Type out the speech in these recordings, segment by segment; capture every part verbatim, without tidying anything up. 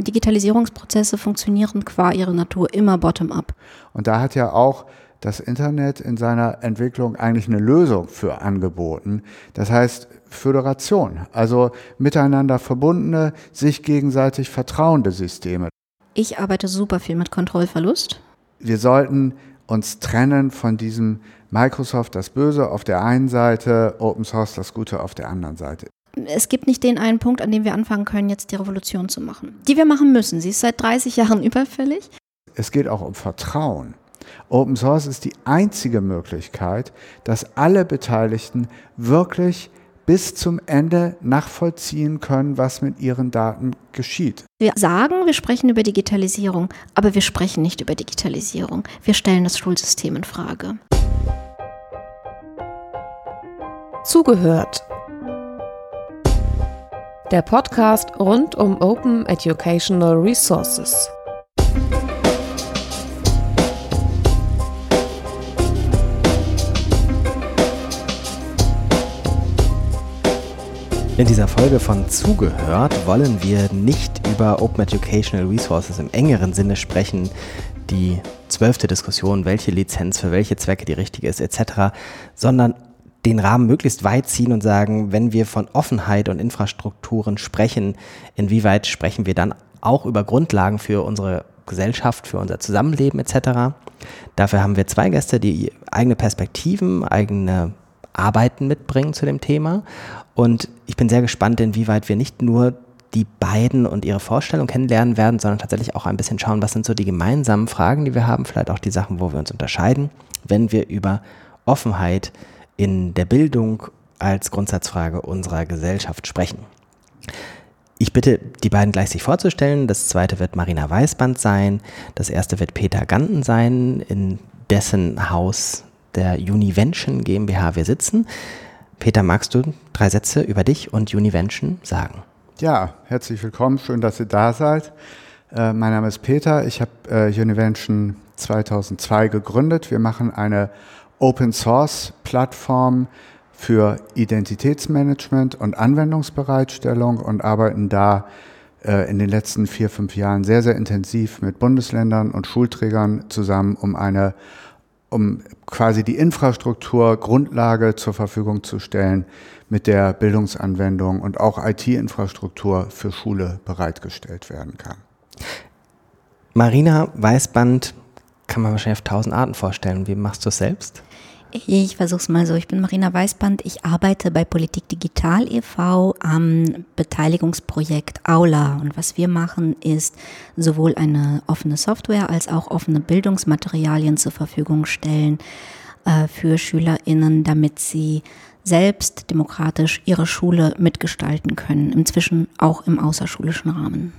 Digitalisierungsprozesse funktionieren qua ihrer Natur immer bottom-up. Und da hat ja auch das Internet in seiner Entwicklung eigentlich eine Lösung für angeboten. Das heißt Föderation, also miteinander verbundene, sich gegenseitig vertrauende Systeme. Ich arbeite super viel mit Kontrollverlust. Wir sollten uns trennen von diesem Microsoft das Böse auf der einen Seite, Open Source das Gute auf der anderen Seite. Es gibt nicht den einen Punkt, an dem wir anfangen können, jetzt die Revolution zu machen. Die wir machen müssen. Sie ist seit dreißig Jahren überfällig. Es geht auch um Vertrauen. Open Source ist die einzige Möglichkeit, dass alle Beteiligten wirklich bis zum Ende nachvollziehen können, was mit ihren Daten geschieht. Wir sagen, wir sprechen über Digitalisierung, aber wir sprechen nicht über Digitalisierung. Wir stellen das Schulsystem in Frage. Zugehört. Der Podcast rund um Open Educational Resources. In dieser Folge von Zugehört wollen wir nicht über Open Educational Resources im engeren Sinne sprechen, die zwölfte Diskussion, welche Lizenz für welche Zwecke die richtige ist et cetera, sondern den Rahmen möglichst weit ziehen und sagen, wenn wir von Offenheit und Infrastrukturen sprechen, inwieweit sprechen wir dann auch über Grundlagen für unsere Gesellschaft, für unser Zusammenleben et cetera. Dafür haben wir zwei Gäste, die eigene Perspektiven, eigene Arbeiten mitbringen zu dem Thema. Und ich bin sehr gespannt, inwieweit wir nicht nur die beiden und ihre Vorstellung kennenlernen werden, sondern tatsächlich auch ein bisschen schauen, was sind so die gemeinsamen Fragen, die wir haben, vielleicht auch die Sachen, wo wir uns unterscheiden, wenn wir über Offenheit in der Bildung als Grundsatzfrage unserer Gesellschaft sprechen. Ich bitte die beiden gleich sich vorzustellen. Das zweite wird Marina Weißband sein. Das erste wird Peter Ganten sein, in dessen Haus der Univention GmbH wir sitzen. Peter, magst du drei Sätze über dich und Univention sagen? Ja, herzlich willkommen, schön, dass ihr da seid. Äh, mein Name ist Peter, ich habe äh, Univention zweitausendzwei gegründet. Wir machen eine Open-Source-Plattform für Identitätsmanagement und Anwendungsbereitstellung und arbeiten da äh, in den letzten vier, fünf Jahren sehr, sehr intensiv mit Bundesländern und Schulträgern zusammen, um eine um quasi die Infrastruktur, Grundlage zur Verfügung zu stellen, mit der Bildungsanwendung und auch I T-Infrastruktur für Schule bereitgestellt werden kann. Marina Weißband kann man wahrscheinlich auf tausend Arten vorstellen. Wie machst du es selbst? Ich versuche es mal so. Ich bin Marina Weißband. Ich arbeite bei Politik Digital e V am Beteiligungsprojekt Aula. Und was wir machen, ist sowohl eine offene Software als auch offene Bildungsmaterialien zur Verfügung stellen äh, für SchülerInnen, damit sie selbst demokratisch ihre Schule mitgestalten können. Inzwischen auch im außerschulischen Rahmen.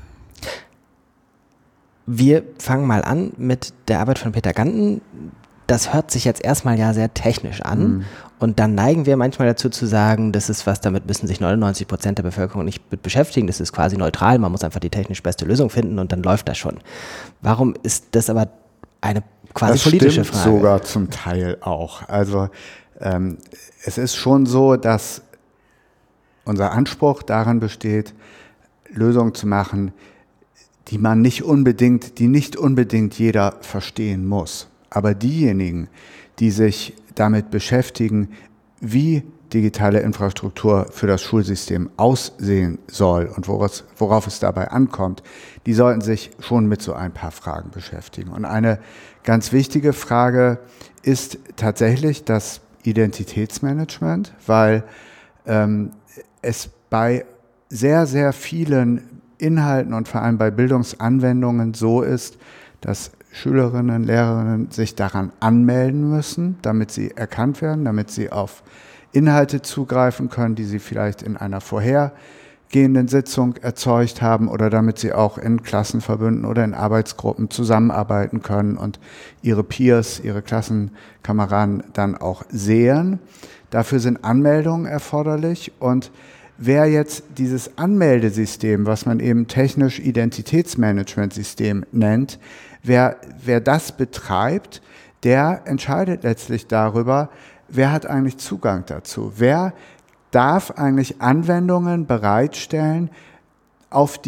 Wir fangen mal an mit der Arbeit von Peter Ganten. Das hört sich jetzt erstmal ja sehr technisch an mhm. und dann neigen wir manchmal dazu zu sagen, das ist was, damit müssen sich neunundneunzig Prozent der Bevölkerung nicht mit beschäftigen, das ist quasi neutral, man muss einfach die technisch beste Lösung finden und dann läuft das schon. Warum ist das aber eine quasi das politische stimmt Frage? Sogar zum Teil auch. Also ähm, es ist schon so, dass unser Anspruch darin besteht, Lösungen zu machen, die man nicht unbedingt, die nicht unbedingt jeder verstehen muss. Aber diejenigen, die sich damit beschäftigen, wie digitale Infrastruktur für das Schulsystem aussehen soll und woraus, worauf es dabei ankommt, die sollten sich schon mit so ein paar Fragen beschäftigen. Und eine ganz wichtige Frage ist tatsächlich das Identitätsmanagement, weil ähm, es bei sehr, sehr vielen Inhalten und vor allem bei Bildungsanwendungen so ist, dass Schülerinnen, Lehrerinnen sich daran anmelden müssen, damit sie erkannt werden, damit sie auf Inhalte zugreifen können, die sie vielleicht in einer vorhergehenden Sitzung erzeugt haben oder damit sie auch in Klassenverbünden oder in Arbeitsgruppen zusammenarbeiten können und ihre Peers, ihre Klassenkameraden dann auch sehen. Dafür sind Anmeldungen erforderlich und wer jetzt dieses Anmeldesystem, was man eben technisch Identitätsmanagementsystem nennt, wer, wer das betreibt, der entscheidet letztlich darüber, wer hat eigentlich Zugang dazu. Wer darf eigentlich Anwendungen bereitstellen, auf die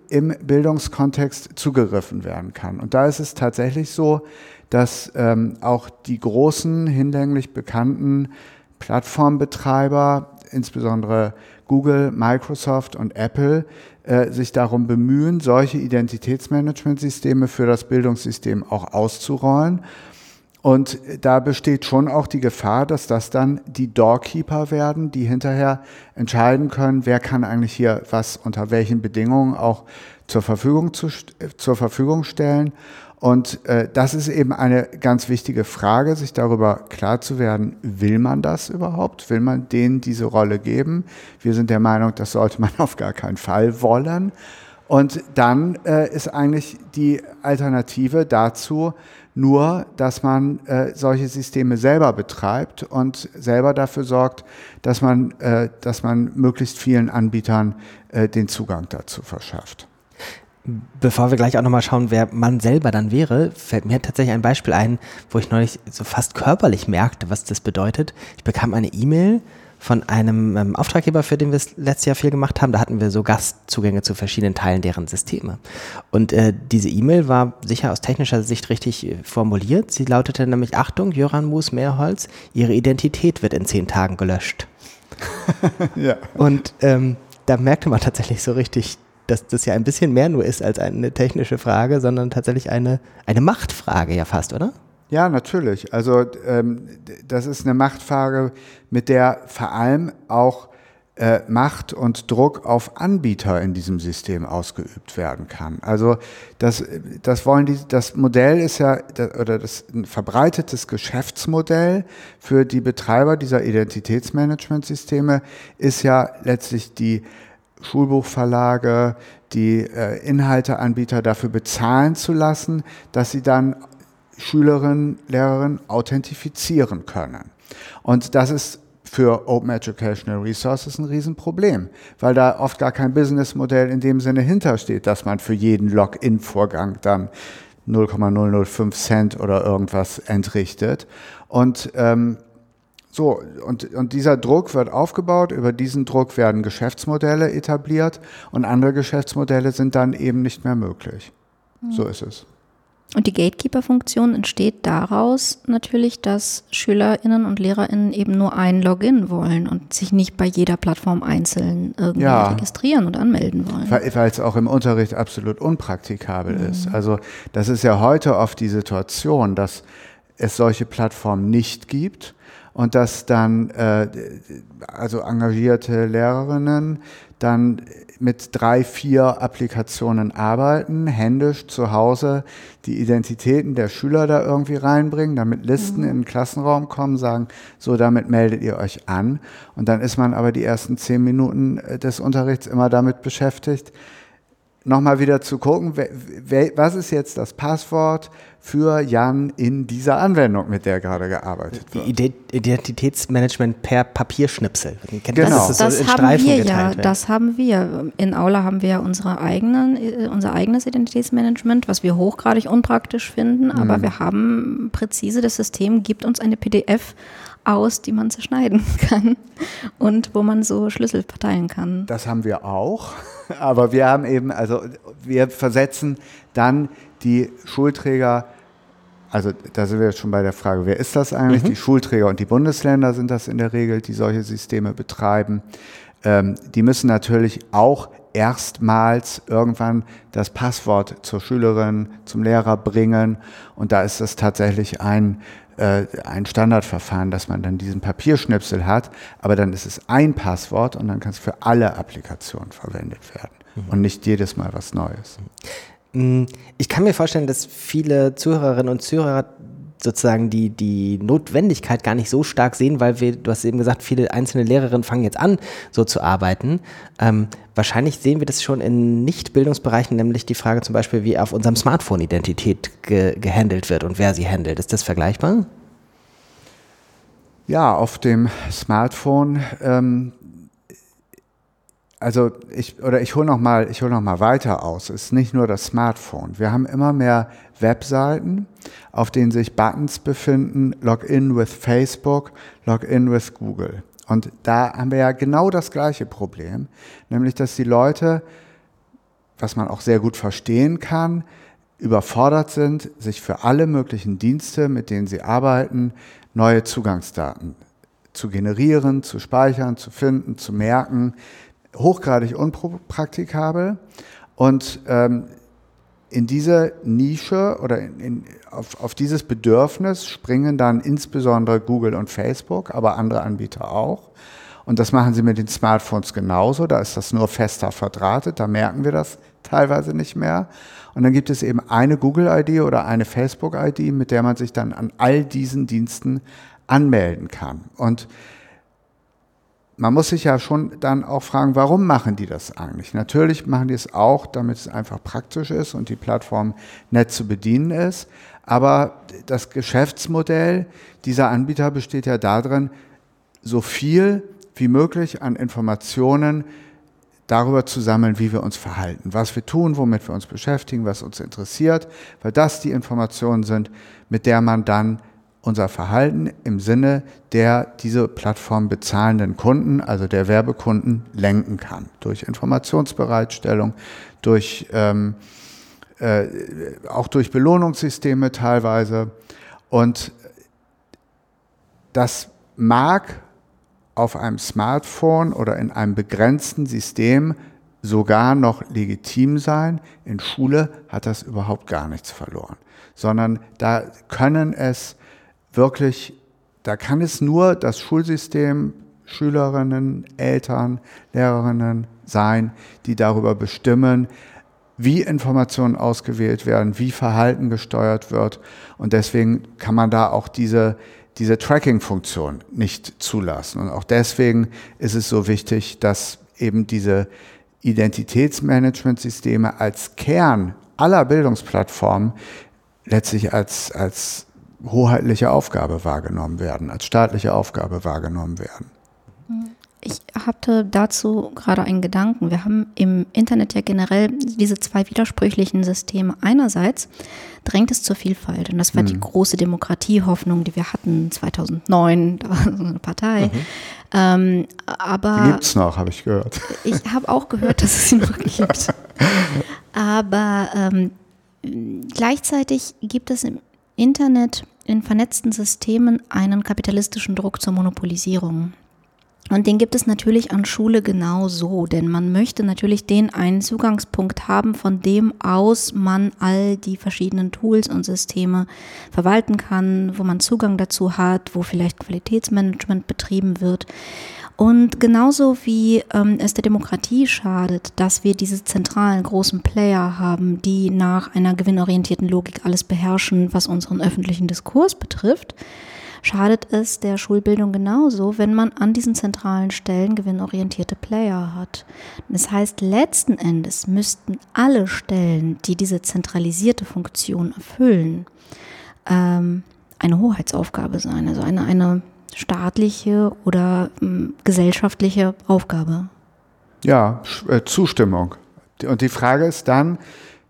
im Bildungskontext zugegriffen werden kann. Und da ist es tatsächlich so, dass ähm, auch die großen, hinlänglich bekannten Plattformbetreiber, insbesondere Google, Microsoft und Apple, äh, sich darum bemühen, solche Identitätsmanagementsysteme für das Bildungssystem auch auszurollen. Und da besteht schon auch die Gefahr, dass das dann die Doorkeeper werden, die hinterher entscheiden können, wer kann eigentlich hier was unter welchen Bedingungen auch zur Verfügung, zu, zur Verfügung stellen. Und äh, das ist eben eine ganz wichtige Frage, sich darüber klar zu werden, will man das überhaupt? Will man denen diese Rolle geben? Wir sind der Meinung, das sollte man auf gar keinen Fall wollen. Und dann äh, ist eigentlich die Alternative dazu nur, dass man äh, solche Systeme selber betreibt und selber dafür sorgt, dass man, äh, dass man möglichst vielen Anbietern äh, den Zugang dazu verschafft. Bevor wir gleich auch nochmal schauen, wer man selber dann wäre, fällt mir tatsächlich ein Beispiel ein, wo ich neulich so fast körperlich merkte, was das bedeutet. Ich bekam eine E-Mail von einem ähm, Auftraggeber, für den wir es letztes Jahr viel gemacht haben. Da hatten wir so Gastzugänge zu verschiedenen Teilen deren Systeme. Und äh, diese E-Mail war sicher aus technischer Sicht richtig äh, formuliert. Sie lautete nämlich: Achtung, Jöran Mus-Mehrholz, Ihre Identität wird in zehn Tagen gelöscht. Ja. Und ähm, da merkte man tatsächlich so richtig, dass das ja ein bisschen mehr nur ist als eine technische Frage, sondern tatsächlich eine, eine Machtfrage ja fast, oder? Ja, natürlich. Also ähm, das ist eine Machtfrage, mit der vor allem auch äh, Macht und Druck auf Anbieter in diesem System ausgeübt werden kann. Also das, das wollen die, das Modell ist ja, oder das ein verbreitetes Geschäftsmodell für die Betreiber dieser Identitätsmanagementsysteme ist ja letztlich die Schulbuchverlage, die äh, Inhalteanbieter dafür bezahlen zu lassen, dass sie dann Schülerinnen, Lehrerinnen authentifizieren können. Und das ist für Open Educational Resources ein Riesenproblem, weil da oft gar kein Businessmodell in dem Sinne hintersteht, dass man für jeden Login-Vorgang dann null Komma null null fünf Cent oder irgendwas entrichtet. Und ähm, So, und, und dieser Druck wird aufgebaut, über diesen Druck werden Geschäftsmodelle etabliert und andere Geschäftsmodelle sind dann eben nicht mehr möglich. Mhm. So ist es. Und die Gatekeeper-Funktion entsteht daraus natürlich, dass SchülerInnen und LehrerInnen eben nur ein Login wollen und sich nicht bei jeder Plattform einzeln irgendwie ja. registrieren und anmelden wollen. Weil, weil es auch im Unterricht absolut unpraktikabel mhm. ist. Also das ist ja heute oft die Situation, dass es solche Plattformen nicht gibt. Und dass dann äh, also engagierte Lehrerinnen dann mit drei, vier Applikationen arbeiten, händisch zu Hause die Identitäten der Schüler da irgendwie reinbringen, damit Listen mhm. in den Klassenraum kommen, sagen, so, damit meldet ihr euch an. Und dann ist man aber die ersten zehn Minuten des Unterrichts immer damit beschäftigt, nochmal wieder zu gucken, wer, wer, was ist jetzt das Passwort für Jan in dieser Anwendung, mit der gerade gearbeitet wird. Identitätsmanagement per Papierschnipsel. Genau. Das, das, das so in haben Streifen wir ja, werden. Das haben wir. In Aula haben wir ja unsere eigenen, unser eigenes Identitätsmanagement, was wir hochgradig unpraktisch finden, mhm. aber wir haben präzise, das System gibt uns eine P D F aus, die man zerschneiden kann und wo man so Schlüssel verteilen kann. Das haben wir auch, aber wir haben eben, also wir versetzen dann die Schulträger, also da sind wir jetzt schon bei der Frage, wer ist das eigentlich? Mhm. Die Schulträger und die Bundesländer sind das in der Regel, die solche Systeme betreiben. Ähm, die müssen natürlich auch erstmals irgendwann das Passwort zur Schülerin, zum Lehrer bringen und da ist das tatsächlich ein ein Standardverfahren, dass man dann diesen Papierschnipsel hat, aber dann ist es ein Passwort und dann kann es für alle Applikationen verwendet werden mhm. und nicht jedes Mal was Neues. Ich kann mir vorstellen, dass viele Zuhörerinnen und Zuhörer sozusagen die, die Notwendigkeit gar nicht so stark sehen, weil wir, du hast eben gesagt, viele einzelne Lehrerinnen fangen jetzt an, so zu arbeiten. Ähm, wahrscheinlich sehen wir das schon in Nicht-Bildungsbereichen, nämlich die Frage zum Beispiel, wie auf unserem Smartphone Identität ge- gehandelt wird und wer sie handelt. Ist das vergleichbar? Ja, auf dem Smartphone, ähm, also ich, oder ich hole noch mal, ich hole noch mal weiter aus. Es ist nicht nur das Smartphone. Wir haben immer mehr Webseiten, auf denen sich Buttons befinden, Login with Facebook, Login with Google. Und da haben wir ja genau das gleiche Problem, nämlich dass die Leute was man auch sehr gut verstehen kann, überfordert sind, sich für alle möglichen Dienste, mit denen sie arbeiten, neue Zugangsdaten zu generieren, zu speichern, zu finden, zu merken, hochgradig unpraktikabel. Und ähm, in diese Nische oder in, in, auf, auf dieses Bedürfnis springen dann insbesondere Google und Facebook, aber andere Anbieter auch. Und das machen sie mit den Smartphones genauso. Da ist das nur fester verdrahtet, da merken wir das teilweise nicht mehr. Und dann gibt es eben eine Google-I D oder eine Facebook-I D, mit der man sich dann an all diesen Diensten anmelden kann. Und man muss sich ja schon dann auch fragen, warum machen die das eigentlich? Natürlich machen die es auch, damit es einfach praktisch ist und die Plattform nett zu bedienen ist. Aber das Geschäftsmodell dieser Anbieter besteht ja darin, so viel wie möglich an Informationen darüber zu sammeln, wie wir uns verhalten, was wir tun, womit wir uns beschäftigen, was uns interessiert, weil das die Informationen sind, mit der man dann unser Verhalten im Sinne der diese Plattform bezahlenden Kunden, also der Werbekunden, lenken kann. Durch Informationsbereitstellung, durch, ähm, äh, auch durch Belohnungssysteme teilweise. Und das mag auf einem Smartphone oder in einem begrenzten System sogar noch legitim sein. In Schule hat das überhaupt gar nichts verloren, sondern da können es wirklich, da kann es nur das Schulsystem, Schülerinnen, Eltern, Lehrerinnen sein, die darüber bestimmen, wie Informationen ausgewählt werden, wie Verhalten gesteuert wird. Und deswegen kann man da auch diese diese Tracking-Funktion nicht zulassen. Und auch deswegen ist es so wichtig, dass eben diese Identitätsmanagementsysteme als Kern aller Bildungsplattformen letztlich als, als hoheitliche Aufgabe wahrgenommen werden, als staatliche Aufgabe wahrgenommen werden. Ich hatte dazu gerade einen Gedanken. Wir haben im Internet ja generell diese zwei widersprüchlichen Systeme. Einerseits drängt es zur Vielfalt und das war mhm. die große Demokratiehoffnung, die wir hatten zweitausendneun, da war so eine Partei. Mhm. Ähm, aber die gibt's noch, habe ich gehört. Ich habe auch gehört, dass es sie noch gibt. Aber ähm, gleichzeitig gibt es im Internet in vernetzten Systemen einen kapitalistischen Druck zur Monopolisierung. Und den gibt es natürlich an Schule genauso, denn man möchte natürlich den einen Zugangspunkt haben, von dem aus man all die verschiedenen Tools und Systeme verwalten kann, wo man Zugang dazu hat, wo vielleicht Qualitätsmanagement betrieben wird. Und genauso wie ähm, es der Demokratie schadet, dass wir diese zentralen großen Player haben, die nach einer gewinnorientierten Logik alles beherrschen, was unseren öffentlichen Diskurs betrifft, schadet es der Schulbildung genauso, wenn man an diesen zentralen Stellen gewinnorientierte Player hat. Das heißt, letzten Endes müssten alle Stellen, die diese zentralisierte Funktion erfüllen, ähm, eine Hoheitsaufgabe sein, also eine, eine staatliche oder ähm, gesellschaftliche Aufgabe. Ja, äh, Zustimmung. Und die Frage ist dann,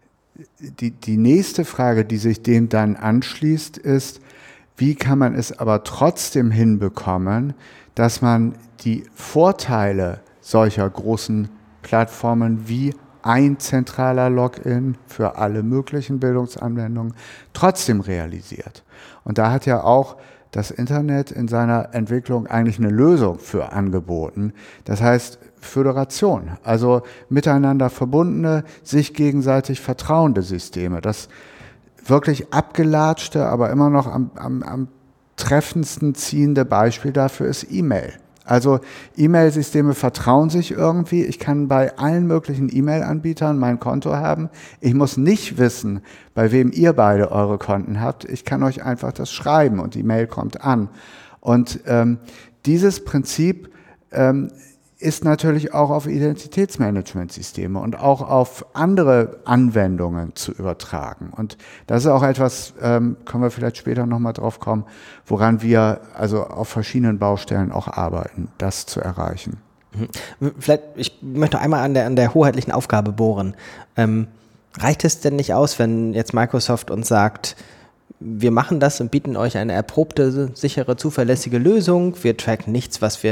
die, die nächste Frage, die sich dem dann anschließt, ist, wie kann man es aber trotzdem hinbekommen, dass man die Vorteile solcher großen Plattformen wie ein zentraler Login für alle möglichen Bildungsanwendungen trotzdem realisiert? Und da hat ja auch das Internet in seiner Entwicklung eigentlich eine Lösung für angeboten. Das heißt Föderation, also miteinander verbundene, sich gegenseitig vertrauende Systeme. Das wirklich abgelatschte, aber immer noch am, am, am treffendsten ziehende Beispiel dafür ist E-Mail. Also E-Mail-Systeme vertrauen sich irgendwie. Ich kann bei allen möglichen E-Mail-Anbietern mein Konto haben. Ich muss nicht wissen, bei wem ihr beide eure Konten habt. Ich kann euch einfach das schreiben und die Mail kommt an. Und ähm, dieses Prinzip ähm, ist natürlich auch auf Identitätsmanagementsysteme und auch auf andere Anwendungen zu übertragen. Und das ist auch etwas, ähm, können wir vielleicht später nochmal drauf kommen, woran wir also auf verschiedenen Baustellen auch arbeiten, das zu erreichen. Vielleicht, ich möchte einmal an der, an der hoheitlichen Aufgabe bohren. Ähm, reicht es denn nicht aus, wenn jetzt Microsoft uns sagt, wir machen das und bieten euch eine erprobte, sichere, zuverlässige Lösung, wir tracken nichts, was wir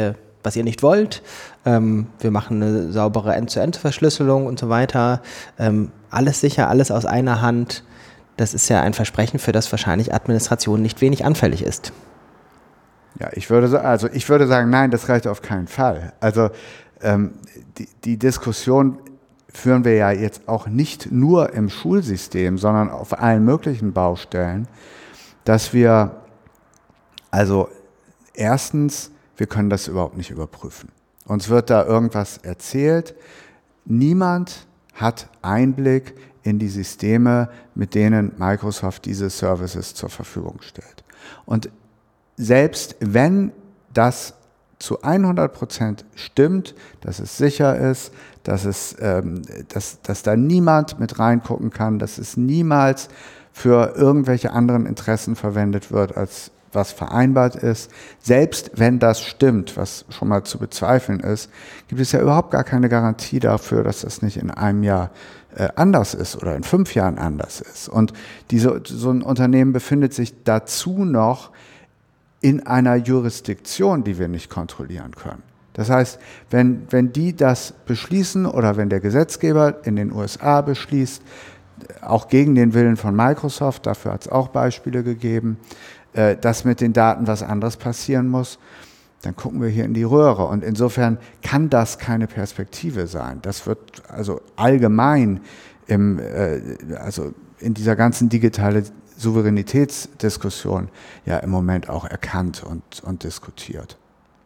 was ihr nicht wollt. Ähm, wir machen eine saubere End-zu-End-Verschlüsselung und so weiter. Ähm, alles sicher, alles aus einer Hand. Das ist ja ein Versprechen, für das wahrscheinlich Administration nicht wenig anfällig ist. Ja, ich würde, also ich würde sagen, nein, das reicht auf keinen Fall. Also ähm, die, die Diskussion führen wir ja jetzt auch nicht nur im Schulsystem, sondern auf allen möglichen Baustellen, dass wir, also erstens, wir können das überhaupt nicht überprüfen. Uns wird da irgendwas erzählt. Niemand hat Einblick in die Systeme, mit denen Microsoft diese Services zur Verfügung stellt. Und selbst wenn das zu hundert Prozent stimmt, dass es sicher ist, dass, es, ähm, dass, dass da niemand mit reingucken kann, dass es niemals für irgendwelche anderen Interessen verwendet wird, als was vereinbart ist. Selbst wenn das stimmt, was schon mal zu bezweifeln ist, gibt es ja überhaupt gar keine Garantie dafür, dass das nicht in einem Jahr äh, anders ist oder in fünf Jahren anders ist. Und diese, so ein Unternehmen befindet sich dazu noch in einer Jurisdiktion, die wir nicht kontrollieren können. Das heißt, wenn, wenn die das beschließen oder wenn der Gesetzgeber in den U S A beschließt, auch gegen den Willen von Microsoft, dafür hat es auch Beispiele gegeben, äh, dass mit den Daten was anderes passieren muss, dann gucken wir hier in die Röhre. Und insofern kann das keine Perspektive sein. Das wird also allgemein im, äh, also in dieser ganzen digitalen Souveränitätsdiskussion ja im Moment auch erkannt und, und diskutiert.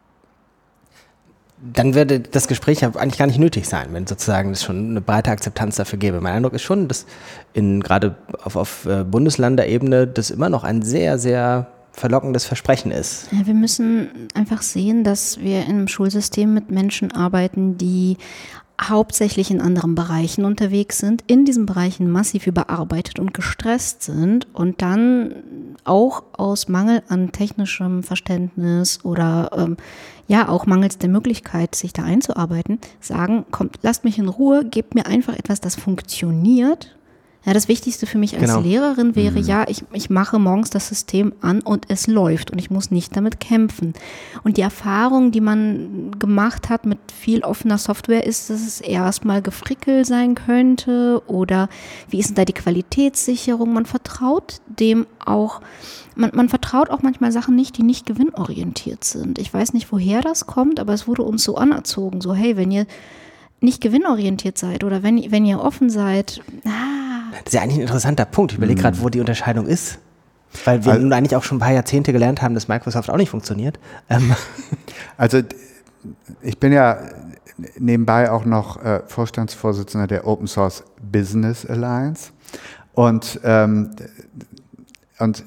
Dann würde das Gespräch ja eigentlich gar nicht nötig sein, wenn sozusagen es schon eine breite Akzeptanz dafür gäbe. Mein Eindruck ist schon, dass in, gerade auf, auf Bundesländerebene das immer noch ein sehr, sehr verlockendes Versprechen ist. Ja, wir müssen einfach sehen, dass wir im Schulsystem mit Menschen arbeiten, die hauptsächlich in anderen Bereichen unterwegs sind, in diesen Bereichen massiv überarbeitet und gestresst sind und dann auch aus Mangel an technischem Verständnis oder ähm, ja auch mangels der Möglichkeit, sich da einzuarbeiten, sagen, kommt, lasst mich in Ruhe, gebt mir einfach etwas, das funktioniert. Ja, das Wichtigste für mich als genau. Lehrerin wäre, mhm. ja, ich, ich mache morgens das System an und es läuft und ich muss nicht damit kämpfen. Und die Erfahrung, die man gemacht hat mit viel offener Software, ist, dass es erstmal gefrickelt sein könnte oder wie ist denn da die Qualitätssicherung? Man vertraut dem auch, man, man vertraut auch manchmal Sachen nicht, die nicht gewinnorientiert sind. Ich weiß nicht, woher das kommt, aber es wurde uns so anerzogen, so hey, wenn ihr nicht gewinnorientiert seid oder wenn, wenn ihr offen seid, ah. Das ist ja eigentlich ein interessanter Punkt. Ich überlege gerade, wo die Unterscheidung ist. Weil wir also, nun eigentlich auch schon ein paar Jahrzehnte gelernt haben, dass Microsoft auch nicht funktioniert. Ähm. Also ich bin ja nebenbei auch noch äh, Vorstandsvorsitzender der Open Source Business Alliance und, ähm, und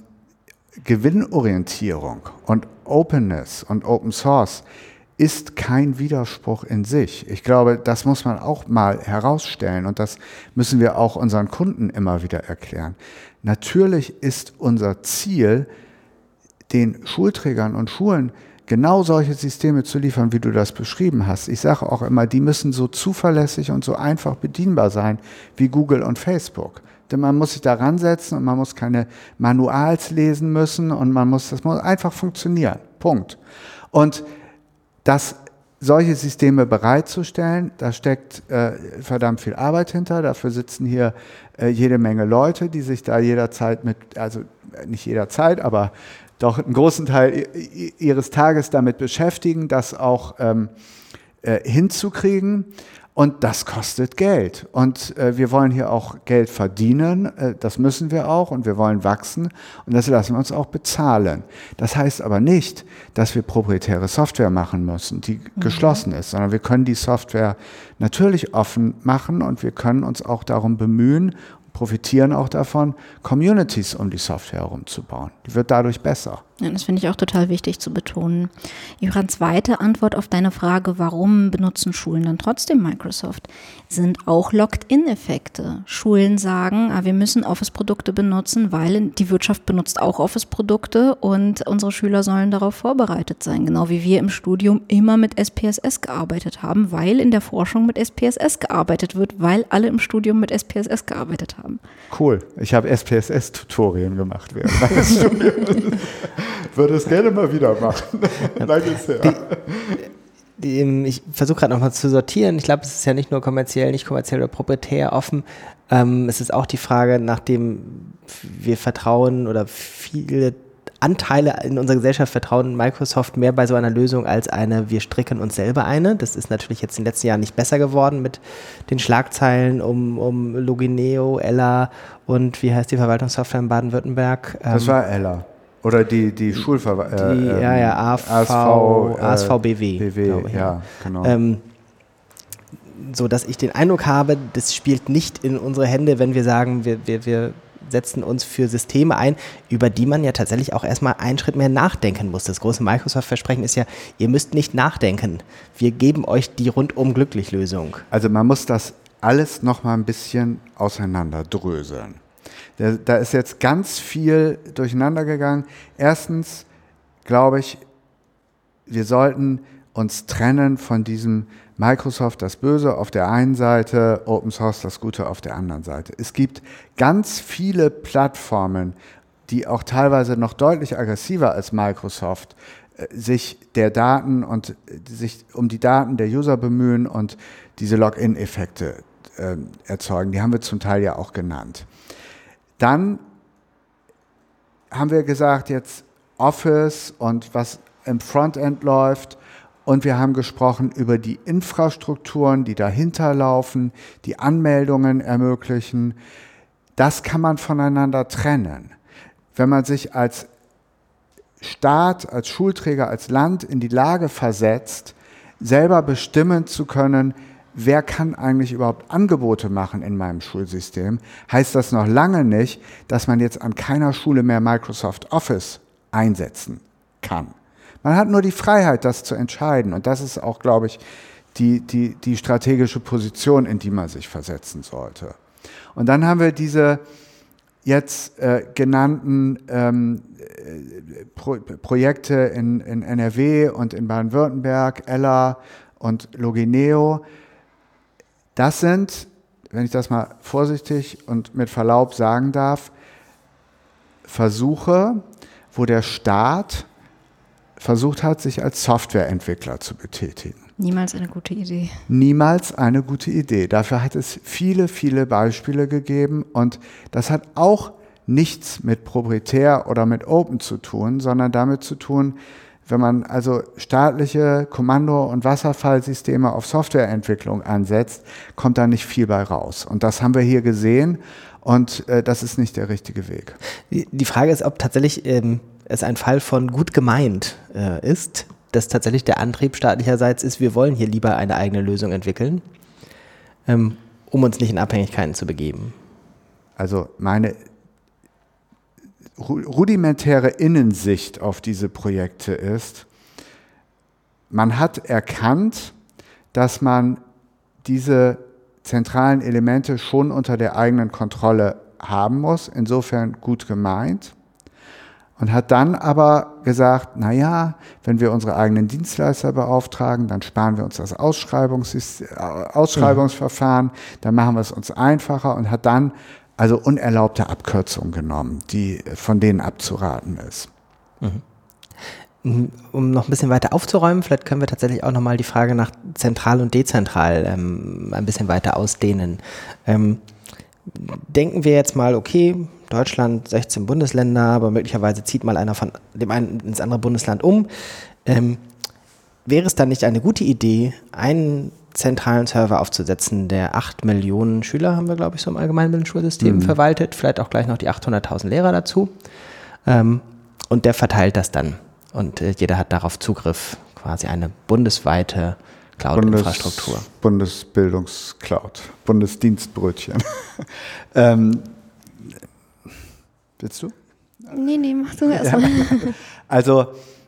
Gewinnorientierung und Openness und Open Source ist kein Widerspruch in sich. Ich glaube, das muss man auch mal herausstellen und das müssen wir auch unseren Kunden immer wieder erklären. Natürlich ist unser Ziel, den Schulträgern und Schulen genau solche Systeme zu liefern, wie du das beschrieben hast. Ich sage auch immer, die müssen so zuverlässig und so einfach bedienbar sein wie Google und Facebook. Denn man muss sich da ransetzen und man muss keine Manuals lesen müssen und man muss, das muss einfach funktionieren. Punkt. Und das, solche Systeme bereitzustellen, da steckt äh, verdammt viel Arbeit hinter. Dafür sitzen hier äh, jede Menge Leute, die sich da jederzeit mit, also nicht jederzeit, aber doch einen großen Teil ihres Tages damit beschäftigen, das auch ähm, äh, hinzukriegen. Und das kostet Geld. Und äh, wir wollen hier auch Geld verdienen, äh, das müssen wir auch und wir wollen wachsen und das lassen wir uns auch bezahlen. Das heißt aber nicht, dass wir proprietäre Software machen müssen, die mhm. geschlossen ist, sondern wir können die Software natürlich offen machen und wir können uns auch darum bemühen, profitieren auch davon, Communities um die Software herumzubauen. Die wird dadurch besser. Ja, das finde ich auch total wichtig zu betonen. Ihre zweite Antwort auf deine Frage, warum benutzen Schulen dann trotzdem Microsoft, sind auch Locked-in-Effekte. Schulen sagen, ah, wir müssen Office-Produkte benutzen, weil die Wirtschaft benutzt auch Office-Produkte und unsere Schüler sollen darauf vorbereitet sein. Genau wie wir im Studium immer mit S P S S gearbeitet haben, weil in der Forschung mit S P S S gearbeitet wird, weil alle im Studium mit S P S S gearbeitet haben. Cool. Ich habe S P S S-Tutorien gemacht während meines Studiums. Würde es gerne mal wieder machen. Lange ist her. Ich versuche gerade nochmal zu sortieren. Ich glaube, es ist ja nicht nur kommerziell, nicht kommerziell oder proprietär offen. Ähm, es ist auch die Frage, nachdem wir vertrauen oder viele Anteile in unserer Gesellschaft vertrauen Microsoft mehr bei so einer Lösung als eine, wir stricken uns selber eine. Das ist natürlich jetzt in den letzten Jahren nicht besser geworden mit den Schlagzeilen um, um Logineo, Ella und wie heißt die Verwaltungssoftware in Baden-Württemberg? Das war Ella. Oder die, die Schulverwaltung. Äh, ja, ja, A V, A S V B W. B W, ich, ja, ja, genau. Ähm, so dass ich den Eindruck habe, das spielt nicht in unsere Hände, wenn wir sagen, wir, wir, wir setzen uns für Systeme ein, über die man ja tatsächlich auch erstmal einen Schritt mehr nachdenken muss. Das große Microsoft-Versprechen ist ja, ihr müsst nicht nachdenken. Wir geben euch die rundum glücklich Lösung. Also man muss das alles noch mal ein bisschen auseinanderdröseln. Da, da ist jetzt ganz viel durcheinander gegangen. Erstens glaube ich, wir sollten uns trennen von diesem Microsoft das Böse auf der einen Seite, Open Source das Gute auf der anderen Seite. Es gibt ganz viele Plattformen, die auch teilweise noch deutlich aggressiver als Microsoft äh, sich der Daten und äh, sich um die Daten der User bemühen und diese Login-Effekte äh, erzeugen. Die haben wir zum Teil ja auch genannt. Dann haben wir gesagt, jetzt Office und was im Frontend läuft. Und wir haben gesprochen über die Infrastrukturen, die dahinter laufen, die Anmeldungen ermöglichen. Das kann man voneinander trennen. Wenn man sich als Staat, als Schulträger, als Land in die Lage versetzt, selber bestimmen zu können, wer kann eigentlich überhaupt Angebote machen in meinem Schulsystem, heißt das noch lange nicht, dass man jetzt an keiner Schule mehr Microsoft Office einsetzen kann. Man hat nur die Freiheit, das zu entscheiden. Und das ist auch, glaube ich, die, die, die strategische Position, in die man sich versetzen sollte. Und dann haben wir diese jetzt äh, genannten ähm, Pro Projekte in, in N R W und in Baden-Württemberg, Ella und Logineo. Das sind, wenn ich das mal vorsichtig und mit Verlaub sagen darf, Versuche, wo der Staat versucht hat, sich als Softwareentwickler zu betätigen. Niemals eine gute Idee. Niemals eine gute Idee. Dafür hat es viele, viele Beispiele gegeben und das hat auch nichts mit proprietär oder mit Open zu tun, sondern damit zu tun, wenn man also staatliche Kommando- und Wasserfallsysteme auf Softwareentwicklung ansetzt, kommt da nicht viel bei raus. Und das haben wir hier gesehen und äh, das ist nicht der richtige Weg. Die Frage ist, ob tatsächlich ähm, es ein Fall von gut gemeint äh, ist, dass tatsächlich der Antrieb staatlicherseits ist, wir wollen hier lieber eine eigene Lösung entwickeln, ähm, um uns nicht in Abhängigkeiten zu begeben. Also meine rudimentäre Innensicht auf diese Projekte ist, man hat erkannt, dass man diese zentralen Elemente schon unter der eigenen Kontrolle haben muss, insofern gut gemeint, und hat dann aber gesagt, naja, wenn wir unsere eigenen Dienstleister beauftragen, dann sparen wir uns das Ausschreibungs Ausschreibungsverfahren, dann machen wir es uns einfacher und hat dann also unerlaubte Abkürzungen genommen, die von denen abzuraten ist. Mhm. Um noch ein bisschen weiter aufzuräumen, vielleicht können wir tatsächlich auch nochmal die Frage nach zentral und dezentral ähm, ein bisschen weiter ausdehnen. Ähm, denken wir jetzt mal, okay, Deutschland, sechzehn Bundesländer, aber möglicherweise zieht mal einer von dem einen ins andere Bundesland um. Ähm, wäre es dann nicht eine gute Idee, einen zentralen Server aufzusetzen, der acht Millionen Schüler, haben wir, glaube ich, so im allgemeinen Schulsystem mhm. verwaltet, vielleicht auch gleich noch die achthunderttausend Lehrer dazu. Ähm, und der verteilt das dann. Und äh, jeder hat darauf Zugriff, quasi eine bundesweite Cloud-Infrastruktur. Bundes, Bundesbildungscloud, Bundesdienstbrötchen. ähm, willst du? Nee, nee, mach du erst mal. Ja. Also,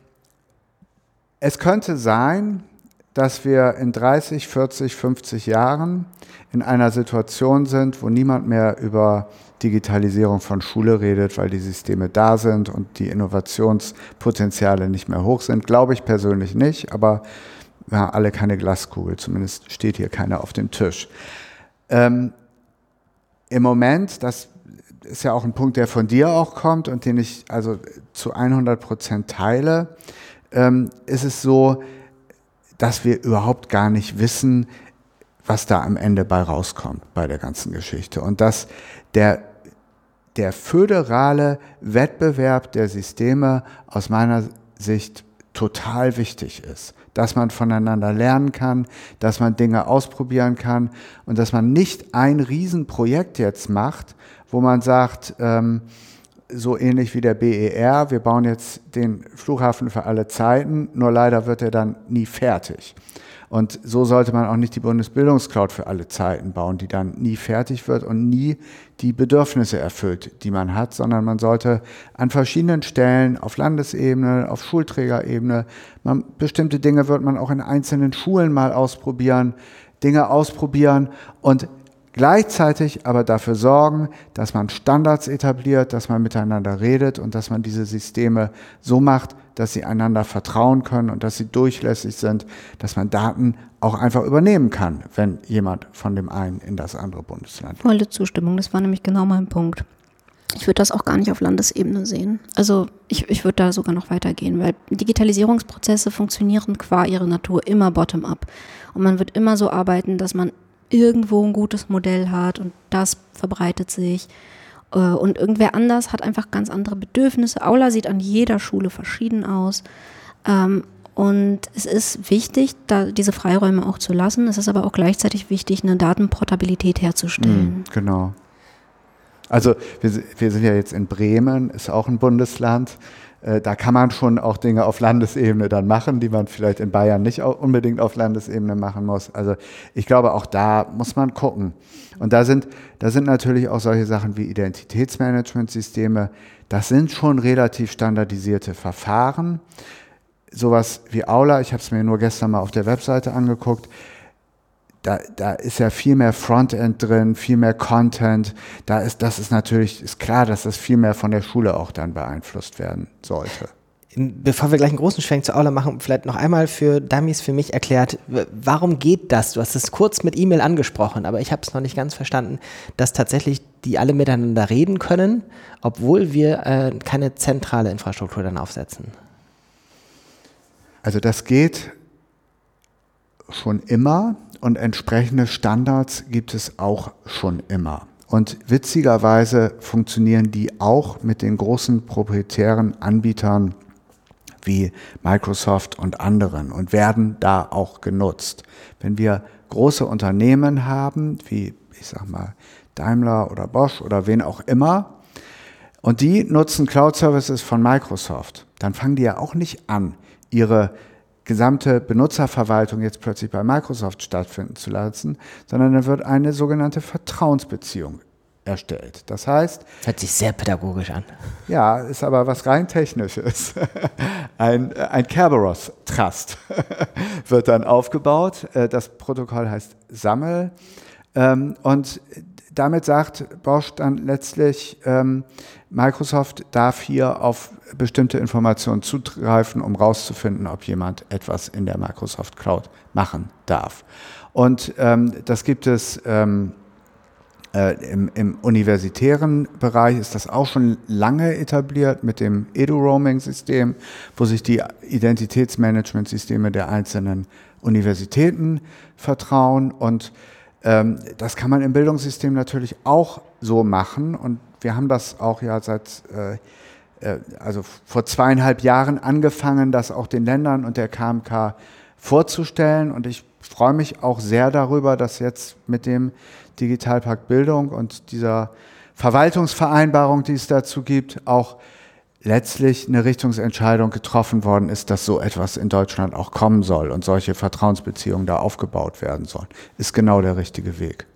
es könnte sein, dass wir in dreißig, vierzig, fünfzig Jahren in einer Situation sind, wo niemand mehr über Digitalisierung von Schule redet, weil die Systeme da sind und die Innovationspotenziale nicht mehr hoch sind. Glaube ich persönlich nicht, aber wir haben alle keine Glaskugel, zumindest steht hier keine auf dem Tisch. Ähm, im Moment, das ist ja auch ein Punkt, der von dir auch kommt und den ich also zu hundert Prozent teile, ähm, ist es so, dass wir überhaupt gar nicht wissen, was da am Ende bei rauskommt bei der ganzen Geschichte. Und dass der, der föderale Wettbewerb der Systeme aus meiner Sicht total wichtig ist. Dass man voneinander lernen kann, dass man Dinge ausprobieren kann und dass man nicht ein Riesenprojekt jetzt macht, wo man sagt, ähm, so ähnlich wie der B E R, wir bauen jetzt den Flughafen für alle Zeiten, nur leider wird er dann nie fertig. Und so sollte man auch nicht die Bundesbildungscloud für alle Zeiten bauen, die dann nie fertig wird und nie die Bedürfnisse erfüllt, die man hat, sondern man sollte an verschiedenen Stellen auf Landesebene, auf Schulträgerebene, man, bestimmte Dinge wird man auch in einzelnen Schulen mal ausprobieren, Dinge ausprobieren und gleichzeitig aber dafür sorgen, dass man Standards etabliert, dass man miteinander redet und dass man diese Systeme so macht, dass sie einander vertrauen können und dass sie durchlässig sind, dass man Daten auch einfach übernehmen kann, wenn jemand von dem einen in das andere Bundesland geht. Volle Zustimmung, das war nämlich genau mein Punkt. Ich würde das auch gar nicht auf Landesebene sehen. Also ich, ich würde da sogar noch weitergehen, weil Digitalisierungsprozesse funktionieren qua ihrer Natur immer bottom-up. Und man wird immer so arbeiten, dass man irgendwo ein gutes Modell hat und das verbreitet sich. Und irgendwer anders hat einfach ganz andere Bedürfnisse. Aula sieht an jeder Schule verschieden aus. Und es ist wichtig, da diese Freiräume auch zu lassen. Es ist aber auch gleichzeitig wichtig, eine Datenportabilität herzustellen. Mm, genau. Also wir, wir sind ja jetzt in Bremen, ist auch ein Bundesland. Da kann man schon auch Dinge auf Landesebene dann machen, die man vielleicht in Bayern nicht unbedingt auf Landesebene machen muss. Also ich glaube, auch da muss man gucken. Und da sind, da sind natürlich auch solche Sachen wie Identitätsmanagementsysteme. Das sind schon relativ standardisierte Verfahren. Sowas wie Aula, ich habe es mir nur gestern mal auf der Webseite angeguckt, Da, da ist ja viel mehr Frontend drin, viel mehr Content. Da ist, das ist natürlich, ist klar, dass das viel mehr von der Schule auch dann beeinflusst werden sollte. Bevor wir gleich einen großen Schwenk zur Aula machen, vielleicht noch einmal für Dummies für mich erklärt, warum geht das? Du hast es kurz mit E-Mail angesprochen, aber ich habe es noch nicht ganz verstanden, dass tatsächlich die alle miteinander reden können, obwohl wir äh, keine zentrale Infrastruktur dann aufsetzen. Also das geht schon immer. Und entsprechende Standards gibt es auch schon immer. Und witzigerweise funktionieren die auch mit den großen proprietären Anbietern wie Microsoft und anderen und werden da auch genutzt. Wenn wir große Unternehmen haben, wie ich sag mal Daimler oder Bosch oder wen auch immer, und die nutzen Cloud-Services von Microsoft, dann fangen die ja auch nicht an, ihre gesamte Benutzerverwaltung jetzt plötzlich bei Microsoft stattfinden zu lassen, sondern da wird eine sogenannte Vertrauensbeziehung erstellt. Das heißt... Hört sich sehr pädagogisch an. Ja, ist aber was rein Technisches. Ein, ein Kerberos Trust wird dann aufgebaut. Das Protokoll heißt SAML. Und damit sagt Bosch dann letztlich, Microsoft darf hier auf bestimmte Informationen zugreifen, um rauszufinden, ob jemand etwas in der Microsoft Cloud machen darf. Und ähm, das gibt es ähm, äh, im, im universitären Bereich, ist das auch schon lange etabliert mit dem Edu-Roaming-System, wo sich die Identitätsmanagementsysteme der einzelnen Universitäten vertrauen. Und ähm, das kann man im Bildungssystem natürlich auch so machen. Und wir haben das auch ja seit äh, also vor zweieinhalb Jahren angefangen, das auch den Ländern und der K M K vorzustellen. Und ich freue mich auch sehr darüber, dass jetzt mit dem Digitalpakt Bildung und dieser Verwaltungsvereinbarung, die es dazu gibt, auch letztlich eine Richtungsentscheidung getroffen worden ist, dass so etwas in Deutschland auch kommen soll und solche Vertrauensbeziehungen da aufgebaut werden sollen. Ist genau der richtige Weg.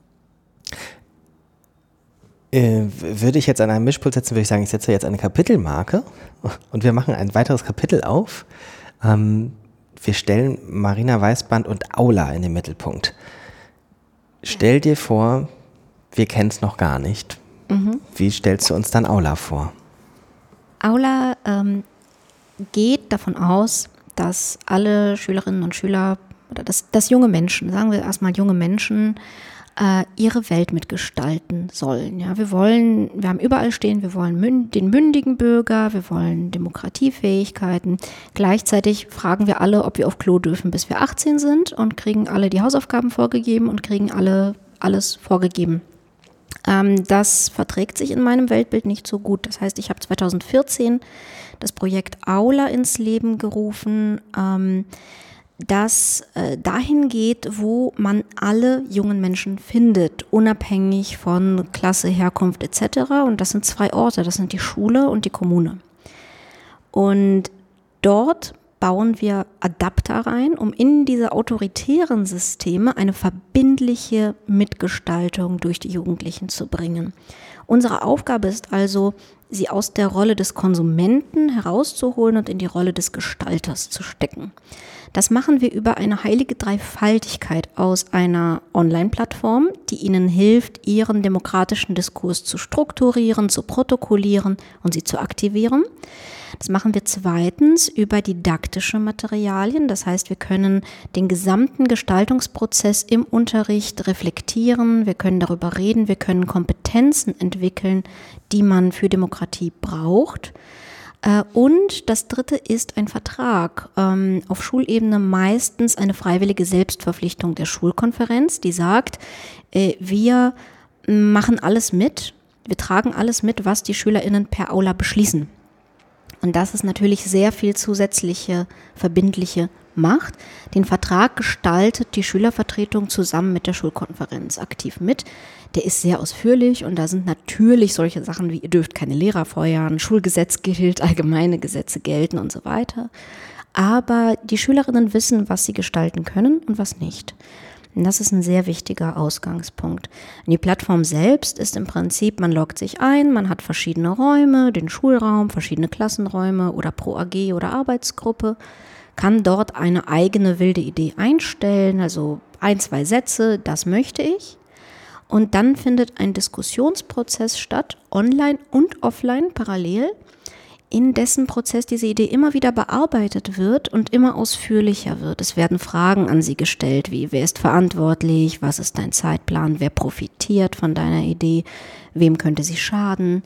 Äh, würde ich jetzt an einem Mischpult setzen, würde ich sagen, ich setze jetzt eine Kapitelmarke und wir machen ein weiteres Kapitel auf. Ähm, wir stellen Marina Weißband und Aula in den Mittelpunkt. Stell dir vor, wir kennen es noch gar nicht. Mhm. Wie stellst du uns dann Aula vor? Aula ähm, geht davon aus, dass alle Schülerinnen und Schüler oder dass, dass junge Menschen, sagen wir erstmal junge Menschen, äh, ihre Welt mitgestalten sollen. Ja, wir wollen, wir haben überall stehen, wir wollen mün- den mündigen Bürger, wir wollen Demokratiefähigkeiten. Gleichzeitig fragen wir alle, ob wir auf Klo dürfen, bis wir achtzehn sind und kriegen alle die Hausaufgaben vorgegeben und kriegen alle alles vorgegeben. Ähm, das verträgt sich in meinem Weltbild nicht so gut. Das heißt, ich habe zweitausendvierzehn das Projekt Aula ins Leben gerufen, ähm, das äh, dahin geht, wo man alle jungen Menschen findet, unabhängig von Klasse, Herkunft et cetera. Und das sind zwei Orte, das sind die Schule und die Kommune. Und dort bauen wir Adapter rein, um in diese autoritären Systeme eine verbindliche Mitgestaltung durch die Jugendlichen zu bringen. Unsere Aufgabe ist also, sie aus der Rolle des Konsumenten herauszuholen und in die Rolle des Gestalters zu stecken. Das machen wir über eine heilige Dreifaltigkeit aus einer Online-Plattform, die ihnen hilft, ihren demokratischen Diskurs zu strukturieren, zu protokollieren und sie zu aktivieren. Das machen wir zweitens über didaktische Materialien. Das heißt, wir können den gesamten Gestaltungsprozess im Unterricht reflektieren, wir können darüber reden, wir können Kompetenzen entwickeln, die man für Demokratie braucht. Und das dritte ist ein Vertrag, ähm, auf Schulebene meistens eine freiwillige Selbstverpflichtung der Schulkonferenz, die sagt, äh, wir machen alles mit, wir tragen alles mit, was die SchülerInnen per Aula beschließen. Und das ist natürlich sehr viel zusätzliche, verbindliche Macht. Den Vertrag gestaltet die Schülervertretung zusammen mit der Schulkonferenz aktiv mit. Der ist sehr ausführlich und da sind natürlich solche Sachen wie, ihr dürft keine Lehrer feuern, Schulgesetz gilt, allgemeine Gesetze gelten und so weiter. Aber die Schülerinnen wissen, was sie gestalten können und was nicht. Und das ist ein sehr wichtiger Ausgangspunkt. Und die Plattform selbst ist im Prinzip, man loggt sich ein, man hat verschiedene Räume, den Schulraum, verschiedene Klassenräume oder pro A G oder Arbeitsgruppe, kann dort eine eigene wilde Idee einstellen, also ein, zwei Sätze, das möchte ich. Und dann findet ein Diskussionsprozess statt, online und offline parallel, in dessen Prozess diese Idee immer wieder bearbeitet wird und immer ausführlicher wird. Es werden Fragen an sie gestellt, wie wer ist verantwortlich, was ist dein Zeitplan, wer profitiert von deiner Idee, wem könnte sie schaden.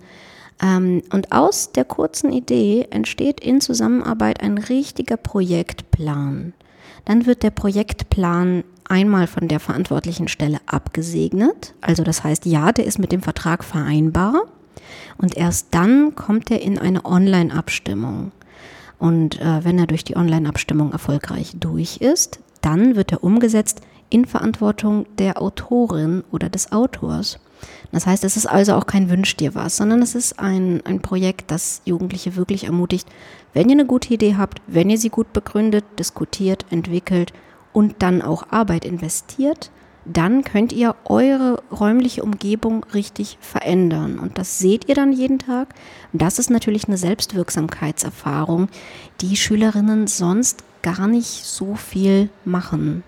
Und aus der kurzen Idee entsteht in Zusammenarbeit ein richtiger Projektplan. Dann wird der Projektplan einmal von der verantwortlichen Stelle abgesegnet. Also das heißt, ja, der ist mit dem Vertrag vereinbar. Und erst dann kommt er in eine Online-Abstimmung. Und äh, wenn er durch die Online-Abstimmung erfolgreich durch ist, dann wird er umgesetzt in Verantwortung der Autorin oder des Autors. Das heißt, es ist also auch kein Wünsch dir was, sondern es ist ein, ein Projekt, das Jugendliche wirklich ermutigt, wenn ihr eine gute Idee habt, wenn ihr sie gut begründet, diskutiert, entwickelt und dann auch Arbeit investiert, dann könnt ihr eure räumliche Umgebung richtig verändern. Und das seht ihr dann jeden Tag. Und das ist natürlich eine Selbstwirksamkeitserfahrung, die Schülerinnen sonst gar nicht so viel machen.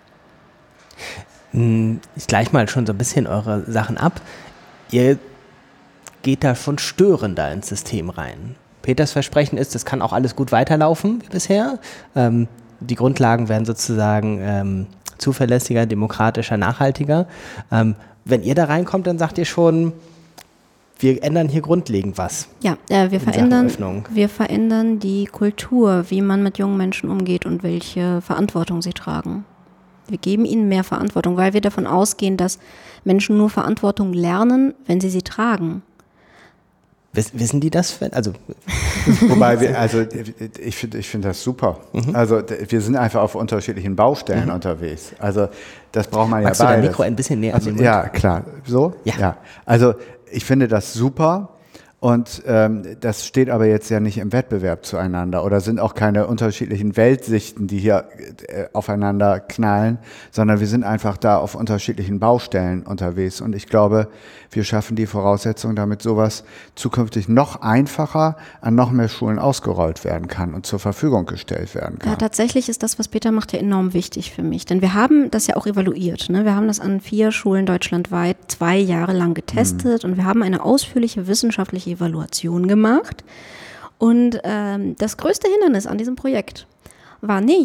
Ich gleich mal schon so ein bisschen eure Sachen ab. Ihr geht da schon störender ins System rein. Peters Versprechen ist, es kann auch alles gut weiterlaufen wie bisher. Ähm, die Grundlagen werden sozusagen ähm, zuverlässiger, demokratischer, nachhaltiger. Ähm, wenn ihr da reinkommt, dann sagt ihr schon, wir ändern hier grundlegend was. Ja, äh, wir, verändern, wir verändern die Kultur, wie man mit jungen Menschen umgeht und welche Verantwortung sie tragen. Wir geben ihnen mehr Verantwortung, weil wir davon ausgehen, dass Menschen nur Verantwortung lernen, wenn sie sie tragen. Wissen die das? Also Wobei, wir, also ich finde ich finde das super. Mhm. Also wir sind einfach auf unterschiedlichen Baustellen mhm. unterwegs. Also das braucht man Magst ja beides. Magst du dein Mikro ein bisschen näher also, an den Mund? Ja, klar. So? Ja. ja. Also ich finde das super. Und ähm, das steht aber jetzt ja nicht im Wettbewerb zueinander oder sind auch keine unterschiedlichen Weltsichten, die hier äh, aufeinander knallen, sondern wir sind einfach da auf unterschiedlichen Baustellen unterwegs. Und ich glaube, wir schaffen die Voraussetzung, damit sowas zukünftig noch einfacher an noch mehr Schulen ausgerollt werden kann und zur Verfügung gestellt werden kann. Ja, tatsächlich ist das, was Peter macht, ja enorm wichtig für mich. Denn wir haben das ja auch evaluiert. Ne? Wir haben das an vier Schulen deutschlandweit zwei Jahre lang getestet mhm. und wir haben eine ausführliche wissenschaftliche Evaluation gemacht. Und ähm, das größte Hindernis an diesem Projekt war nicht,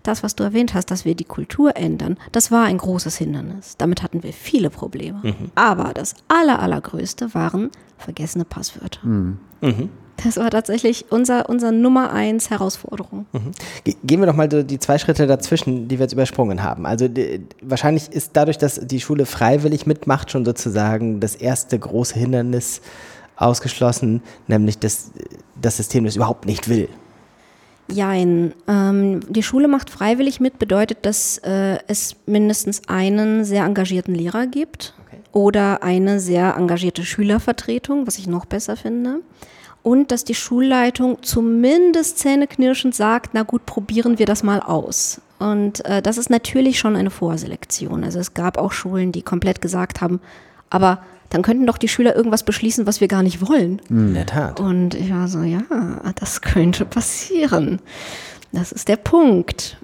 das, was du erwähnt hast, dass wir die Kultur ändern, das war ein großes Hindernis. Damit hatten wir viele Probleme. Mhm. Aber das aller, allergrößte waren vergessene Passwörter. Mhm. Mhm. Das war tatsächlich unser, unser Nummer eins Herausforderung. Mhm. Ge- gehen wir doch mal die zwei Schritte dazwischen, die wir jetzt übersprungen haben. Also die, wahrscheinlich ist dadurch, dass die Schule freiwillig mitmacht, schon sozusagen das erste große Hindernis ausgeschlossen, nämlich das, das System, das überhaupt nicht will. Jein. Ähm, die Schule macht freiwillig mit, bedeutet, dass äh, es mindestens einen sehr engagierten Lehrer gibt okay. oder eine sehr engagierte Schülervertretung, was ich noch besser finde. Und dass die Schulleitung zumindest zähneknirschend sagt, na gut, probieren wir das mal aus. Und äh, das ist natürlich schon eine Vorselektion. Also es gab auch Schulen, die komplett gesagt haben, aber dann könnten doch die Schüler irgendwas beschließen, was wir gar nicht wollen. In der Tat. Und ich war so, ja, das könnte passieren. Das ist der Punkt.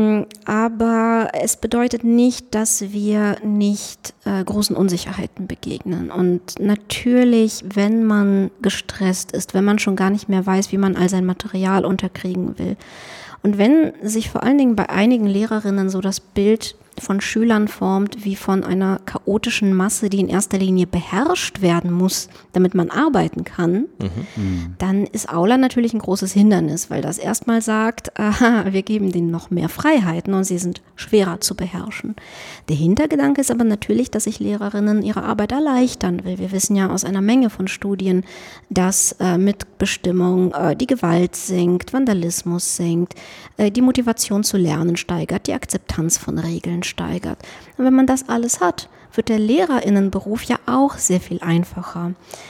Aber es bedeutet nicht, dass wir nicht äh, großen Unsicherheiten begegnen. Und natürlich, wenn man gestresst ist, wenn man schon gar nicht mehr weiß, wie man all sein Material unterkriegen will. Und wenn sich vor allen Dingen bei einigen Lehrerinnen so das Bild von Schülern formt, wie von einer chaotischen Masse, die in erster Linie beherrscht werden muss, damit man arbeiten kann, mhm. dann ist Aula natürlich ein großes Hindernis, weil das erstmal sagt, aha, wir geben denen noch mehr Freiheiten und sie sind schwerer zu beherrschen. Der Hintergedanke ist aber natürlich, dass sich Lehrerinnen ihre Arbeit erleichtern will. Wir wissen ja aus einer Menge von Studien, dass äh, Mitbestimmung äh, die Gewalt senkt, Vandalismus senkt, äh, die Motivation zu lernen steigert, die Akzeptanz von Regeln steigert. Und wenn man das alles hat, wird der Lehrerinnenberuf ja auch sehr viel einfacher.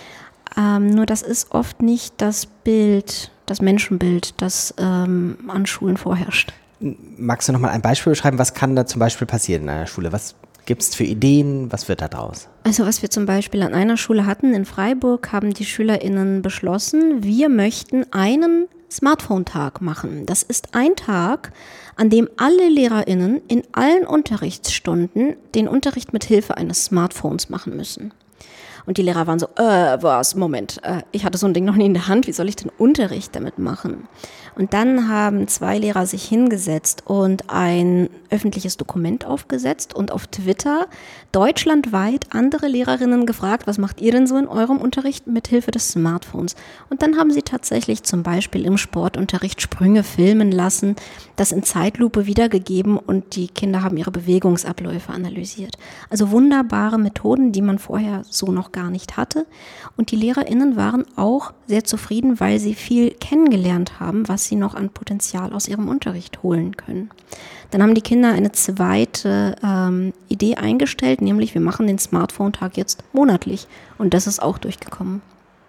Ähm, nur das ist oft nicht das Bild, das Menschenbild, das ähm, an Schulen vorherrscht. Magst du noch mal ein Beispiel beschreiben? Was kann da zum Beispiel passieren in einer Schule? Was gibt es für Ideen? Was wird da draus? Also was wir zum Beispiel an einer Schule hatten in Freiburg, haben die SchülerInnen beschlossen, wir möchten einen Smartphone-Tag machen. Das ist ein Tag, an dem alle LehrerInnen in allen Unterrichtsstunden den Unterricht mit Hilfe eines Smartphones machen müssen. Und die Lehrer waren so, äh, was, Moment, äh, ich hatte so ein Ding noch nie in der Hand, wie soll ich den Unterricht damit machen? Und dann haben zwei Lehrer sich hingesetzt und ein öffentliches Dokument aufgesetzt und auf Twitter deutschlandweit andere Lehrerinnen gefragt, was macht ihr denn so in eurem Unterricht mit Hilfe des Smartphones? Und dann haben sie tatsächlich zum Beispiel im Sportunterricht Sprünge filmen lassen, das in Zeitlupe wiedergegeben und die Kinder haben ihre Bewegungsabläufe analysiert. Also wunderbare Methoden, die man vorher so noch gar nicht hatte. Und die LehrerInnen waren auch sehr zufrieden, weil sie viel kennengelernt haben, was sie noch an Potenzial aus ihrem Unterricht holen können. Dann haben die Kinder eine zweite ähm, Idee eingestellt, nämlich wir machen den Smartphone-Tag jetzt monatlich. Und das ist auch durchgekommen.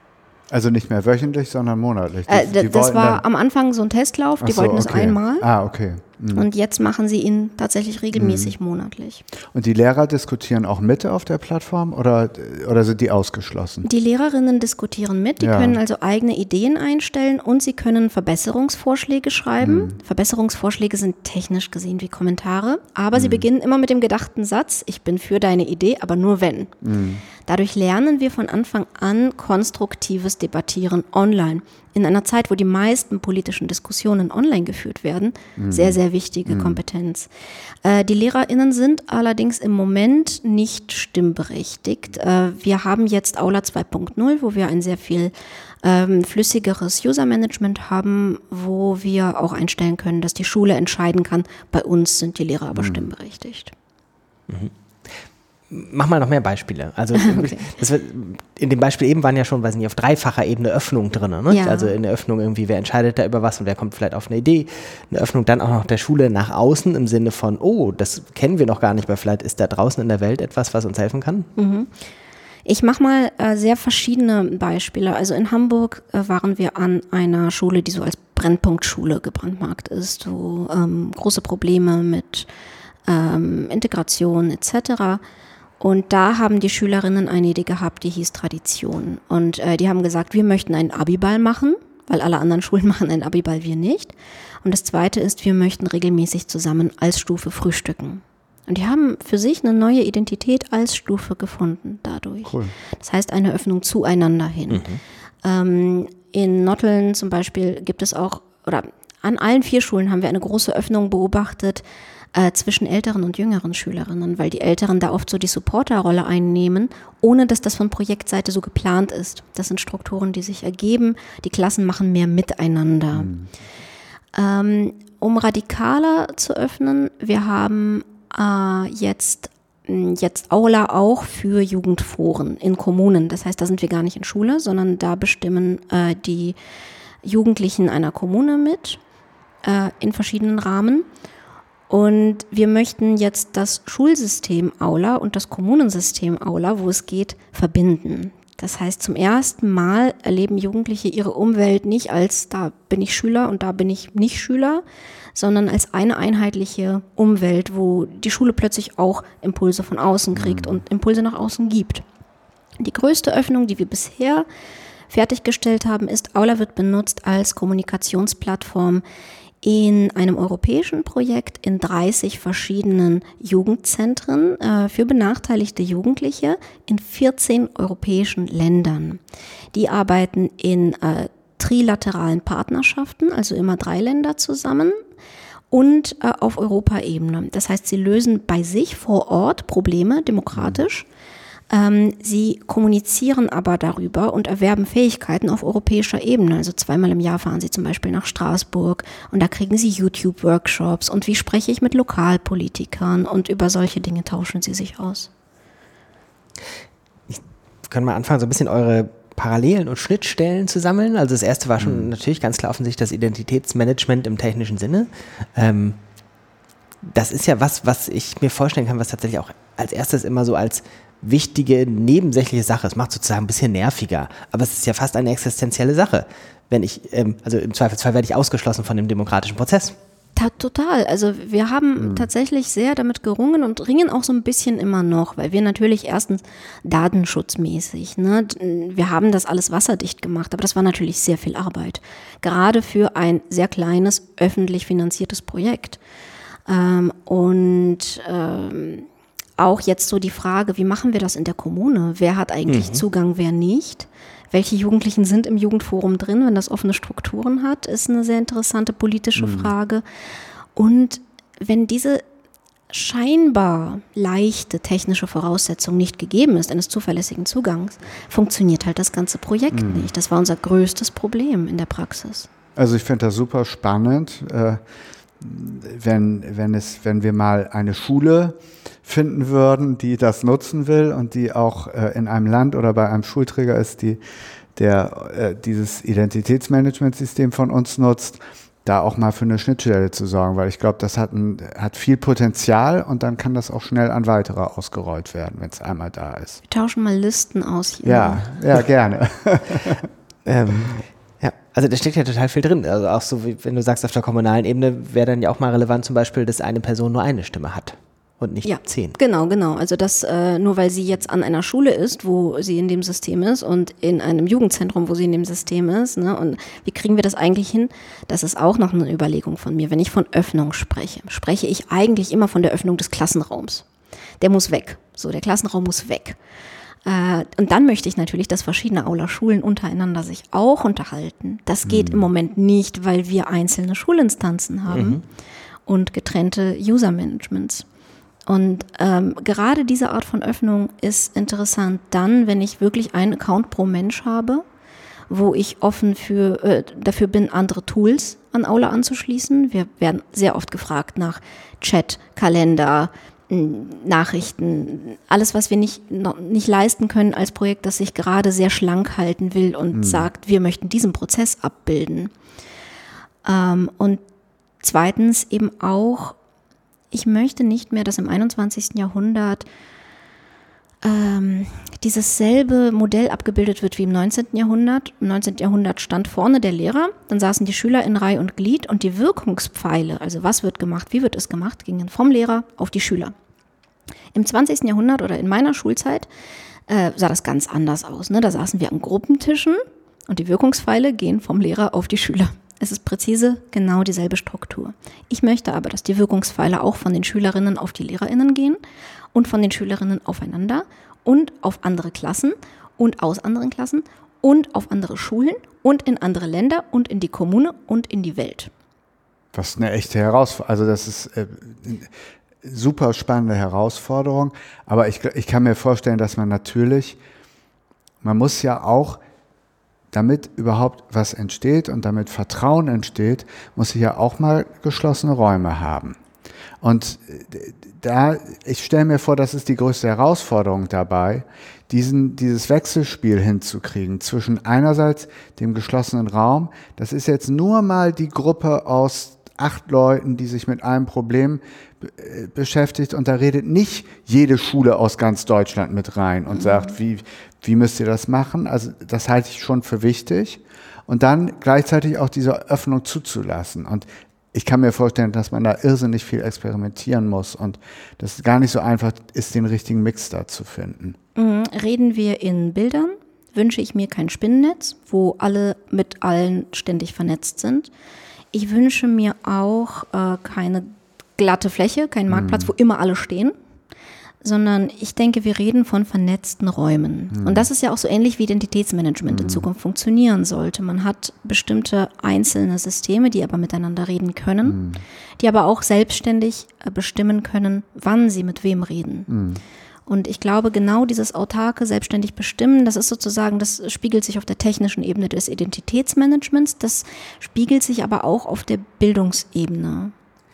Also nicht mehr wöchentlich, sondern monatlich. Die, äh, die das war am Anfang so ein Testlauf, die so, wollten es okay. einmal. Ah, okay. Mhm. Und jetzt machen sie ihn tatsächlich regelmäßig mhm. monatlich. Und die Lehrer diskutieren auch mit auf der Plattform oder, oder sind die ausgeschlossen? Die Lehrerinnen diskutieren mit, die ja. können also eigene Ideen einstellen und sie können Verbesserungsvorschläge schreiben. Mhm. Verbesserungsvorschläge sind technisch gesehen wie Kommentare, aber mhm. sie beginnen immer mit dem gedachten Satz, ich bin für deine Idee, aber nur wenn. Mhm. Dadurch lernen wir von Anfang an konstruktives Debattieren online. In einer Zeit, wo die meisten politischen Diskussionen online geführt werden, mhm. sehr, sehr wichtige mhm. Kompetenz. Äh, die LehrerInnen sind allerdings im Moment nicht stimmberechtigt. Äh, wir haben jetzt Aula zwei Punkt null, wo wir ein sehr viel ähm, flüssigeres User-Management haben, wo wir auch einstellen können, dass die Schule entscheiden kann, bei uns sind die Lehrer aber mhm. stimmberechtigt. Mhm. Mach mal noch mehr Beispiele. Also okay. das wird, in dem Beispiel eben waren ja schon, weiß nicht, auf dreifacher Ebene Öffnung drin. Ne? Ja. Also in der Öffnung irgendwie, wer entscheidet da über was und wer kommt vielleicht auf eine Idee. Eine Öffnung dann auch noch der Schule nach außen im Sinne von, oh, das kennen wir noch gar nicht, weil vielleicht ist da draußen in der Welt etwas, was uns helfen kann. Mhm. Ich mache mal äh, sehr verschiedene Beispiele. Also in Hamburg äh, waren wir an einer Schule, die so als Brennpunktschule gebrandmarkt ist, wo ähm, große Probleme mit ähm, Integration et cetera. Und da haben die Schülerinnen eine Idee gehabt, die hieß Tradition. Und äh, die haben gesagt, wir möchten einen Abiball machen, weil alle anderen Schulen machen einen Abiball, wir nicht. Und das Zweite ist, wir möchten regelmäßig zusammen als Stufe frühstücken. Und die haben für sich eine neue Identität als Stufe gefunden dadurch. Cool. Das heißt, eine Öffnung zueinander hin. Mhm. Ähm, in Notteln zum Beispiel gibt es auch, oder an allen vier Schulen haben wir eine große Öffnung beobachtet äh, zwischen älteren und jüngeren Schülerinnen, weil die Älteren da oft so die Supporterrolle einnehmen, ohne dass das von Projektseite so geplant ist. Das sind Strukturen, die sich ergeben. Die Klassen machen mehr miteinander. Mhm. Ähm, um radikaler zu öffnen, wir haben äh, jetzt Jetzt Aula auch für Jugendforen in Kommunen. Das heißt, da sind wir gar nicht in Schule, sondern da bestimmen äh, die Jugendlichen einer Kommune mit äh, in verschiedenen Rahmen. Und wir möchten jetzt das Schulsystem Aula und das Kommunensystem Aula, wo es geht, verbinden. Das heißt, zum ersten Mal erleben Jugendliche ihre Umwelt nicht als, da bin ich Schüler und da bin ich nicht Schüler, sondern als eine einheitliche Umwelt, wo die Schule plötzlich auch Impulse von außen kriegt mhm. und Impulse nach außen gibt. Die größte Öffnung, die wir bisher fertiggestellt haben, ist, Aula wird benutzt als Kommunikationsplattform in einem europäischen Projekt in dreißig verschiedenen Jugendzentren äh, für benachteiligte Jugendliche in vierzehn europäischen Ländern. Die arbeiten in äh, trilateralen Partnerschaften, also immer drei Länder zusammen und äh, auf Europaebene. Das heißt, sie lösen bei sich vor Ort Probleme demokratisch. Ähm, sie kommunizieren aber darüber und erwerben Fähigkeiten auf europäischer Ebene. Also zweimal im Jahr fahren sie zum Beispiel nach Straßburg und da kriegen sie YouTube-Workshops und wie spreche ich mit Lokalpolitikern und über solche Dinge tauschen sie sich aus. Ich kann mal anfangen, so ein bisschen eure Parallelen und Schnittstellen zu sammeln. Also das erste war schon mhm. natürlich ganz klar offensichtlich das Identitätsmanagement im technischen Sinne. Ähm, das ist ja was, was ich mir vorstellen kann, was tatsächlich auch als erstes immer so als wichtige, nebensächliche Sache. Es macht sozusagen ein bisschen nerviger, aber es ist ja fast eine existenzielle Sache. Wenn ich, ähm, also im Zweifelsfall werde ich ausgeschlossen von dem demokratischen Prozess. Total. Also wir haben mhm. tatsächlich sehr damit gerungen und ringen auch so ein bisschen immer noch, weil wir natürlich erstens datenschutzmäßig, ne, wir haben das alles wasserdicht gemacht, aber das war natürlich sehr viel Arbeit. Gerade für ein sehr kleines, öffentlich finanziertes Projekt. Ähm, und ähm, auch jetzt so die Frage, wie machen wir das in der Kommune? Wer hat eigentlich mhm. Zugang, wer nicht? Welche Jugendlichen sind im Jugendforum drin, wenn das offene Strukturen hat, ist eine sehr interessante politische mhm. Frage. Und wenn diese scheinbar leichte technische Voraussetzung nicht gegeben ist, eines zuverlässigen Zugangs, funktioniert halt das ganze Projekt mhm. nicht. Das war unser größtes Problem in der Praxis. Also ich finde das super spannend, äh, wenn, wenn, es, wenn wir mal eine Schule finden würden, die das nutzen will und die auch äh, in einem Land oder bei einem Schulträger ist, die der äh, dieses Identitätsmanagementsystem von uns nutzt, da auch mal für eine Schnittstelle zu sorgen, weil ich glaube, das hat, ein, hat viel Potenzial und dann kann das auch schnell an weitere ausgerollt werden, wenn es einmal da ist. Wir tauschen mal Listen aus hier. Ja, ja, gerne. ähm, ja, also da steckt ja total viel drin. Also auch so, wie wenn du sagst, auf der kommunalen Ebene wäre dann ja auch mal relevant zum Beispiel, dass eine Person nur eine Stimme hat. Und nicht ja, zehn. Genau, genau. Also das äh, nur weil sie jetzt an einer Schule ist, wo sie in dem System ist und in einem Jugendzentrum, wo sie in dem System ist. Ne? Und wie kriegen wir das eigentlich hin? Das ist auch noch eine Überlegung von mir. Wenn ich von Öffnung spreche, spreche ich eigentlich immer von der Öffnung des Klassenraums. Der muss weg. So, der Klassenraum muss weg. Äh, und dann möchte ich natürlich, dass verschiedene Aula-Schulen untereinander sich auch unterhalten. Das geht mhm. im Moment nicht, weil wir einzelne Schulinstanzen haben mhm. und getrennte User-Managements. Und ähm, gerade diese Art von Öffnung ist interessant dann, wenn ich wirklich einen Account pro Mensch habe, wo ich offen für, äh, dafür bin, andere Tools an Aula anzuschließen. Wir werden sehr oft gefragt nach Chat, Kalender, Nachrichten, alles, was wir nicht, noch nicht leisten können als Projekt, das sich gerade sehr schlank halten will und mhm. sagt, wir möchten diesen Prozess abbilden. Ähm, und zweitens eben auch, ich möchte nicht mehr, dass im einundzwanzigsten Jahrhundert ähm, dieses selbe Modell abgebildet wird wie im neunzehnten Jahrhundert. Im neunzehnten Jahrhundert stand vorne der Lehrer, dann saßen die Schüler in Reihe und Glied und die Wirkungspfeile, also was wird gemacht, wie wird es gemacht, gingen vom Lehrer auf die Schüler. Im zwanzigsten Jahrhundert oder in meiner Schulzeit äh, sah das ganz anders aus. Ne? Da saßen wir an Gruppentischen und die Wirkungspfeile gehen vom Lehrer auf die Schüler. Es ist präzise genau dieselbe Struktur. Ich möchte aber, dass die Wirkungspfeile auch von den Schülerinnen auf die LehrerInnen gehen und von den Schülerinnen aufeinander und auf andere Klassen und aus anderen Klassen und auf andere Schulen und in andere Länder und in die Kommune und in die Welt. Was eine echte Herausforderung, also das ist äh, super spannende Herausforderung, aber ich, ich kann mir vorstellen, dass man natürlich, man muss ja auch, damit überhaupt was entsteht und damit Vertrauen entsteht, muss ich ja auch mal geschlossene Räume haben. Und da, ich stelle mir vor, das ist die größte Herausforderung dabei, diesen, dieses Wechselspiel hinzukriegen zwischen einerseits dem geschlossenen Raum, das ist jetzt nur mal die Gruppe aus acht Leuten, die sich mit einem Problem be- beschäftigt, und da redet nicht jede Schule aus ganz Deutschland mit rein und mhm. sagt, wie, wie müsst ihr das machen? Also das halte ich schon für wichtig. Und dann gleichzeitig auch diese Öffnung zuzulassen. Und ich kann mir vorstellen, dass man da irrsinnig viel experimentieren muss und dass es gar nicht so einfach ist, den richtigen Mix da zu finden. Mhm. Reden wir in Bildern, wünsche ich mir kein Spinnennetz, wo alle mit allen ständig vernetzt sind. Ich wünsche mir auch äh, keine glatte Fläche, keinen Marktplatz, mhm. wo immer alle stehen, sondern ich denke, wir reden von vernetzten Räumen. Mhm. Und das ist ja auch so ähnlich wie Identitätsmanagement mhm. in Zukunft funktionieren sollte. Man hat bestimmte einzelne Systeme, die aber miteinander reden können, mhm. die aber auch selbstständig äh, bestimmen können, wann sie mit wem reden. Mhm. Und ich glaube, genau dieses autarke, selbstständig bestimmen, das ist sozusagen, das spiegelt sich auf der technischen Ebene des Identitätsmanagements, das spiegelt sich aber auch auf der Bildungsebene.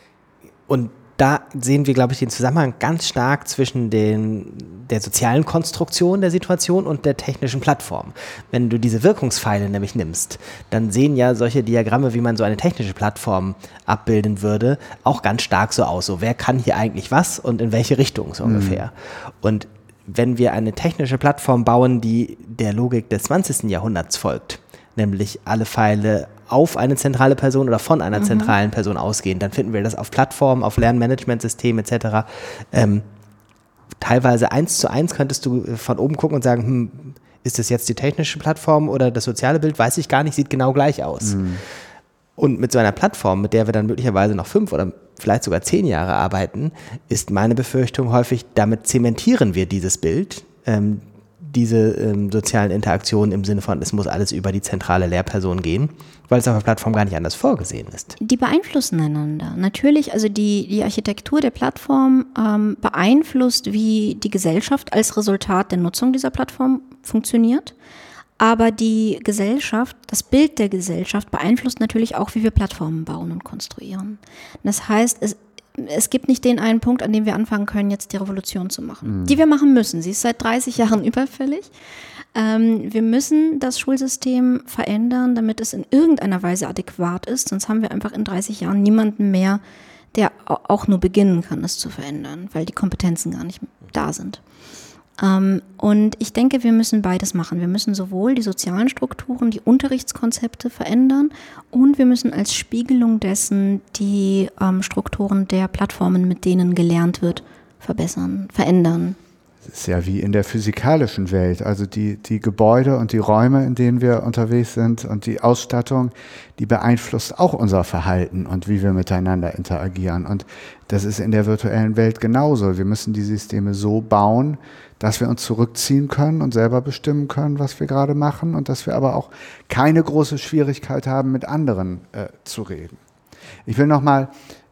Und da sehen wir, glaube ich, den Zusammenhang ganz stark zwischen den, der sozialen Konstruktion der Situation und der technischen Plattform. Wenn du diese Wirkungspfeile nämlich nimmst, dann sehen ja solche Diagramme, wie man so eine technische Plattform abbilden würde, auch ganz stark so aus. So, wer kann hier eigentlich was und in welche Richtung so mhm. ungefähr. Und wenn wir eine technische Plattform bauen, die der Logik des zwanzigsten Jahrhunderts folgt, nämlich alle Pfeile auf eine zentrale Person oder von einer mhm. zentralen Person ausgehen, dann finden wir das auf Plattformen, auf Lernmanagementsystemen et cetera. Ähm, teilweise eins zu eins könntest du von oben gucken und sagen, hm, ist das jetzt die technische Plattform oder das soziale Bild? Weiß ich gar nicht, sieht genau gleich aus. Mhm. Und mit so einer Plattform, mit der wir dann möglicherweise noch fünf oder vielleicht sogar zehn Jahre arbeiten, ist meine Befürchtung häufig, damit zementieren wir dieses Bild, ähm, diese ähm, sozialen Interaktionen im Sinne von, es muss alles über die zentrale Lehrperson gehen, weil es auf der Plattform gar nicht anders vorgesehen ist. Die beeinflussen einander. Natürlich, also die, die Architektur der Plattform ähm, beeinflusst, wie die Gesellschaft als Resultat der Nutzung dieser Plattform funktioniert. Aber die Gesellschaft, das Bild der Gesellschaft beeinflusst natürlich auch, wie wir Plattformen bauen und konstruieren. Das heißt, es Es gibt nicht den einen Punkt, an dem wir anfangen können, jetzt die Revolution zu machen, mhm. die wir machen müssen. Sie ist seit dreißig Jahren überfällig. Ähm, wir müssen das Schulsystem verändern, damit es in irgendeiner Weise adäquat ist. Sonst haben wir einfach in dreißig Jahren niemanden mehr, der auch nur beginnen kann, es zu verändern, weil die Kompetenzen gar nicht da sind. Ähm, und ich denke, wir müssen beides machen. Wir müssen sowohl die sozialen Strukturen, die Unterrichtskonzepte verändern und wir müssen als Spiegelung dessen die ähm, Strukturen der Plattformen, mit denen gelernt wird, verbessern, verändern. Das ist ja wie in der physikalischen Welt, also die, die Gebäude und die Räume, in denen wir unterwegs sind und die Ausstattung, die beeinflusst auch unser Verhalten und wie wir miteinander interagieren. Und das ist in der virtuellen Welt genauso. Wir müssen die Systeme so bauen, dass wir uns zurückziehen können und selber bestimmen können, was wir gerade machen und dass wir aber auch keine große Schwierigkeit haben, mit anderen äh, zu reden. Ich will noch mal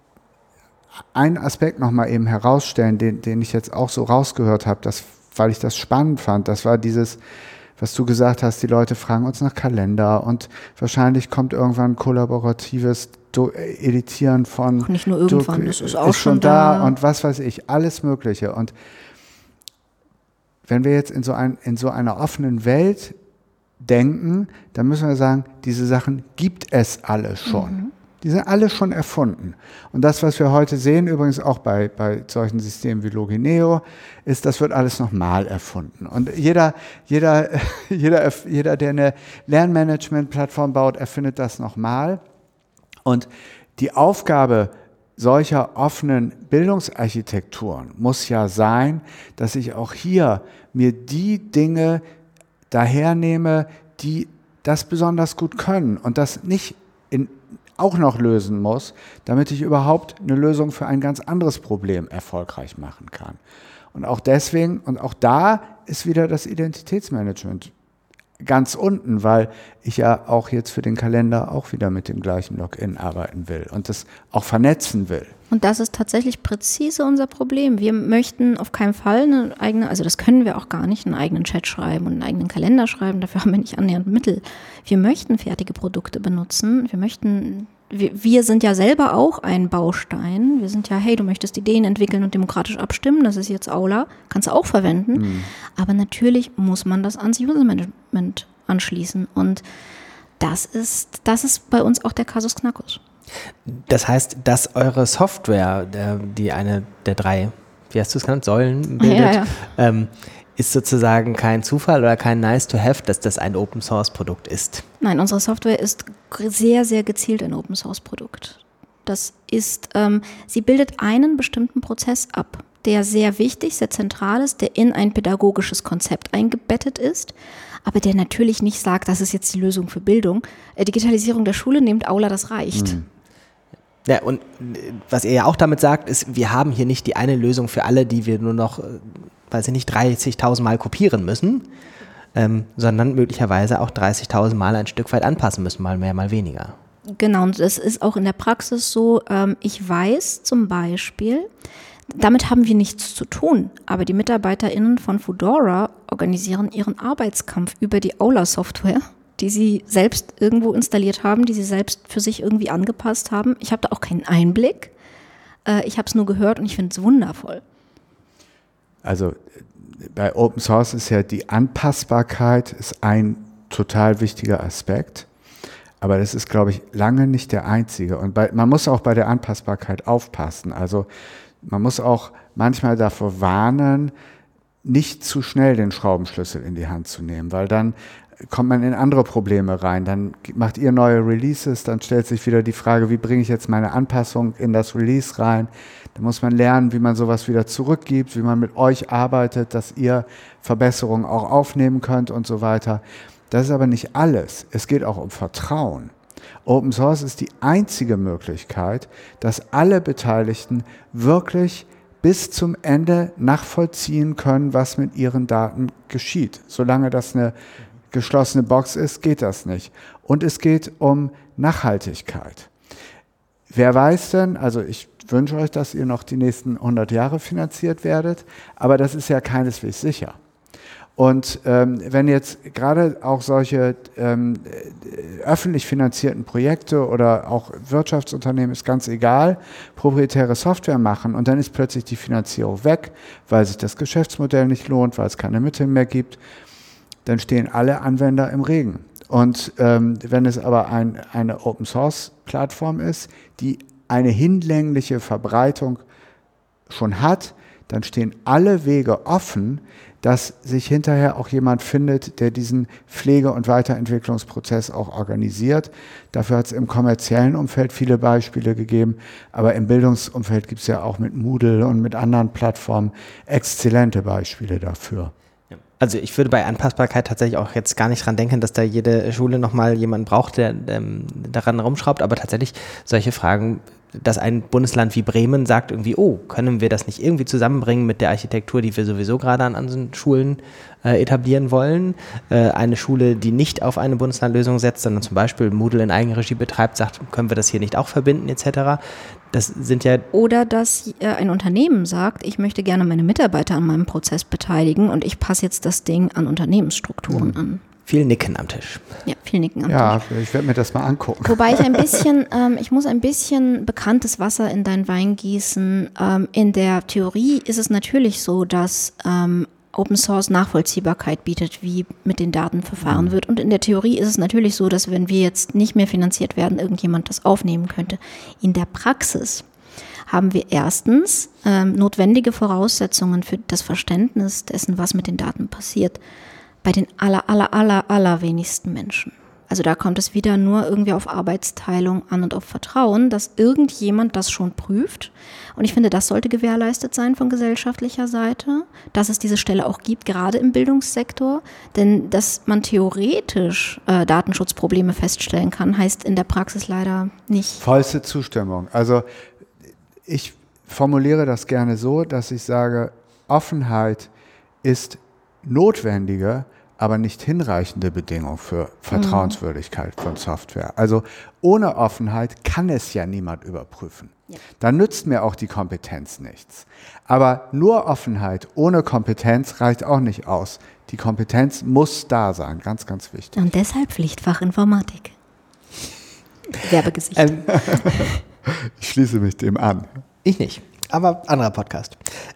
einen Aspekt noch mal eben herausstellen, den, den ich jetzt auch so rausgehört habe, das, weil ich das spannend fand. Das war dieses, was du gesagt hast, die Leute fragen uns nach Kalender und wahrscheinlich kommt irgendwann kollaboratives Do- Editieren von... Nicht nur irgendwann, Do- das ist auch ist schon schon da. da und was weiß ich, alles Mögliche. Und wenn wir jetzt in so, ein, in so einer offenen Welt denken, dann müssen wir sagen, diese Sachen gibt es alle schon. Mhm. Die sind alle schon erfunden. Und das, was wir heute sehen, übrigens auch bei, bei solchen Systemen wie Logineo, ist, das wird alles nochmal erfunden. Und jeder, jeder, jeder, jeder, der eine Lernmanagement-Plattform baut, erfindet das nochmal. Und die Aufgabe solcher offenen Bildungsarchitekturen muss ja sein, dass ich auch hier mir die Dinge dahernehme, die das besonders gut können und das nicht in auch noch lösen muss, damit ich überhaupt eine Lösung für ein ganz anderes Problem erfolgreich machen kann. Und auch deswegen, und auch da ist wieder das Identitätsmanagement ganz unten, weil ich ja auch jetzt für den Kalender auch wieder mit dem gleichen Login arbeiten will und das auch vernetzen will. Und das ist tatsächlich präzise unser Problem. Wir möchten auf keinen Fall eine eigene, also das können wir auch gar nicht, einen eigenen Chat schreiben und einen eigenen Kalender schreiben, dafür haben wir nicht annähernd Mittel. Wir möchten fertige Produkte benutzen, wir möchten, wir, wir sind ja selber auch ein Baustein. Wir sind ja, hey, du möchtest Ideen entwickeln und demokratisch abstimmen, das ist jetzt Aula, kannst du auch verwenden. Mhm. Aber natürlich muss man das ans User-Management anschließen und das ist, das ist bei uns auch der Kasus Knackus. Das heißt, dass eure Software, der, die eine der drei, wie hast du es genannt, Säulen bildet, ja, ja. Ähm, ist sozusagen kein Zufall oder kein nice to have, dass das ein Open-Source-Produkt ist? Nein, unsere Software ist sehr, sehr gezielt ein Open-Source-Produkt. Das ist, ähm, sie bildet einen bestimmten Prozess ab, der sehr wichtig, sehr zentral ist, der in ein pädagogisches Konzept eingebettet ist, aber der natürlich nicht sagt, das ist jetzt die Lösung für Bildung. Äh, Digitalisierung der Schule, nehmt Aula, das reicht. Mhm. Ja, und was ihr ja auch damit sagt, ist, wir haben hier nicht die eine Lösung für alle, die wir nur noch, weiß ich nicht, dreißigtausend Mal kopieren müssen, ähm, sondern möglicherweise auch dreißigtausend Mal ein Stück weit anpassen müssen, mal mehr, mal weniger. Genau, und es ist auch in der Praxis so, ähm, ich weiß zum Beispiel, damit haben wir nichts zu tun, aber die MitarbeiterInnen von Foodora organisieren ihren Arbeitskampf über die Aula-Software, die sie selbst irgendwo installiert haben, die sie selbst für sich irgendwie angepasst haben. Ich habe da auch keinen Einblick. Äh, ich habe es nur gehört und ich finde es wundervoll. Also bei Open Source ist ja die Anpassbarkeit ist ein total wichtiger Aspekt. Aber das ist, glaube ich, lange nicht der einzige. Und bei, man muss auch bei der Anpassbarkeit aufpassen. Also man muss auch manchmal davor warnen, nicht zu schnell den Schraubenschlüssel in die Hand zu nehmen, weil dann kommt man in andere Probleme rein. Dann macht ihr neue Releases, dann stellt sich wieder die Frage, wie bringe ich jetzt meine Anpassung in das Release rein? Da muss man lernen, wie man sowas wieder zurückgibt, wie man mit euch arbeitet, dass ihr Verbesserungen auch aufnehmen könnt und so weiter. Das ist aber nicht alles. Es geht auch um Vertrauen. Open Source ist die einzige Möglichkeit, dass alle Beteiligten wirklich bis zum Ende nachvollziehen können, was mit ihren Daten geschieht. Solange das eine geschlossene Box ist, geht das nicht. Und es geht um Nachhaltigkeit. Wer weiß denn, also ich wünsche euch, dass ihr noch die nächsten hundert Jahre finanziert werdet, aber das ist ja keineswegs sicher. Und ähm, wenn jetzt gerade auch solche ähm, öffentlich finanzierten Projekte oder auch Wirtschaftsunternehmen, ist ganz egal, proprietäre Software machen und dann ist plötzlich die Finanzierung weg, weil sich das Geschäftsmodell nicht lohnt, weil es keine Mittel mehr gibt, dann stehen alle Anwender im Regen. Und ähm, wenn es aber ein, eine Open-Source-Plattform ist, die eine hinlängliche Verbreitung schon hat, dann stehen alle Wege offen, dass sich hinterher auch jemand findet, der diesen Pflege- und Weiterentwicklungsprozess auch organisiert. Dafür hat es im kommerziellen Umfeld viele Beispiele gegeben, aber im Bildungsumfeld gibt es ja auch mit Moodle und mit anderen Plattformen exzellente Beispiele dafür. Also ich würde bei Anpassbarkeit tatsächlich auch jetzt gar nicht dran denken, dass da jede Schule nochmal jemanden braucht, der ähm, daran rumschraubt, aber tatsächlich solche Fragen, dass ein Bundesland wie Bremen sagt irgendwie, oh, können wir das nicht irgendwie zusammenbringen mit der Architektur, die wir sowieso gerade an unseren Schulen äh, etablieren wollen. Äh, eine Schule, die nicht auf eine Bundeslandlösung setzt, sondern zum Beispiel Moodle in Eigenregie betreibt, sagt, können wir das hier nicht auch verbinden et cetera. Das sind ja Oder dass äh, ein Unternehmen sagt, ich möchte gerne meine Mitarbeiter an meinem Prozess beteiligen und ich passe jetzt das Ding an Unternehmensstrukturen mhm. an. Viel Nicken am Tisch. Ja, viel Nicken am ja, Tisch. Ja, ich werde mir das mal angucken. Wobei ich ein bisschen, ähm, ich muss ein bisschen bekanntes Wasser in deinen Wein gießen. Ähm, in der Theorie ist es natürlich so, dass ähm, Open Source Nachvollziehbarkeit bietet, wie mit den Daten verfahren mhm. wird. Und in der Theorie ist es natürlich so, dass wenn wir jetzt nicht mehr finanziert werden, irgendjemand das aufnehmen könnte. In der Praxis haben wir erstens ähm, notwendige Voraussetzungen für das Verständnis dessen, was mit den Daten passiert, bei den aller, aller, aller, aller wenigsten Menschen. Also da kommt es wieder nur irgendwie auf Arbeitsteilung an und auf Vertrauen, dass irgendjemand das schon prüft. Und ich finde, das sollte gewährleistet sein von gesellschaftlicher Seite, dass es diese Stelle auch gibt, gerade im Bildungssektor. Denn dass man theoretisch äh, Datenschutzprobleme feststellen kann, heißt in der Praxis leider nicht. Vollste Zustimmung. Also ich formuliere das gerne so, dass ich sage, Offenheit ist notwendiger aber nicht hinreichende Bedingung für Vertrauenswürdigkeit von Software. Also ohne Offenheit kann es ja niemand überprüfen. Ja. Dann nützt mir auch die Kompetenz nichts. Aber nur Offenheit ohne Kompetenz reicht auch nicht aus. Die Kompetenz muss da sein, ganz, ganz wichtig. Und deshalb Pflichtfach Informatik. Werbegesicht. Ähm. Ich schließe mich dem an. Ich nicht, aber anderer Podcast.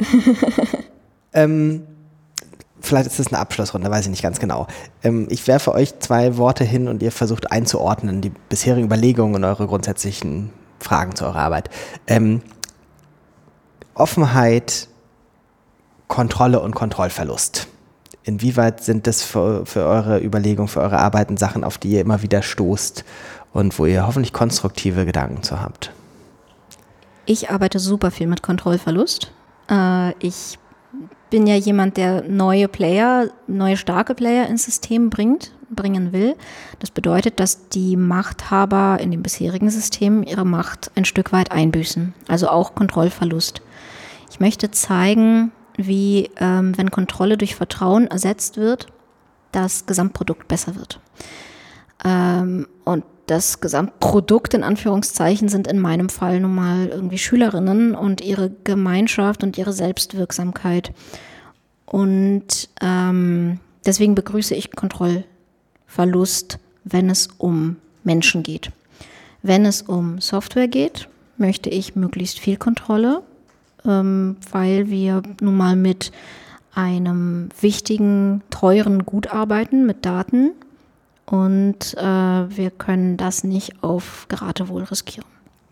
ähm, vielleicht ist das eine Abschlussrunde, weiß ich nicht ganz genau. Ähm, ich werfe euch zwei Worte hin und ihr versucht einzuordnen, die bisherigen Überlegungen und eure grundsätzlichen Fragen zu eurer Arbeit. Ähm, Offenheit, Kontrolle und Kontrollverlust. Inwieweit sind das für, für eure Überlegungen, für eure Arbeiten Sachen, auf die ihr immer wieder stoßt und wo ihr hoffentlich konstruktive Gedanken zu habt? Ich arbeite super viel mit Kontrollverlust. Äh, ich bin ja jemand, der neue Player, neue starke Player ins System bringt, bringen will. Das bedeutet, dass die Machthaber in dem bisherigen System ihre Macht ein Stück weit einbüßen. Also auch Kontrollverlust. Ich möchte zeigen, wie, ähm, wenn Kontrolle durch Vertrauen ersetzt wird, das Gesamtprodukt besser wird. Ähm, und das Gesamtprodukt in Anführungszeichen sind in meinem Fall nun mal irgendwie Schülerinnen und ihre Gemeinschaft und ihre Selbstwirksamkeit. Und ähm, deswegen begrüße ich Kontrollverlust, wenn es um Menschen geht. Wenn es um Software geht, möchte ich möglichst viel Kontrolle, ähm, weil wir nun mal mit einem wichtigen, teuren Gut arbeiten, mit Daten. Und äh, wir können das nicht auf Geratewohl riskieren.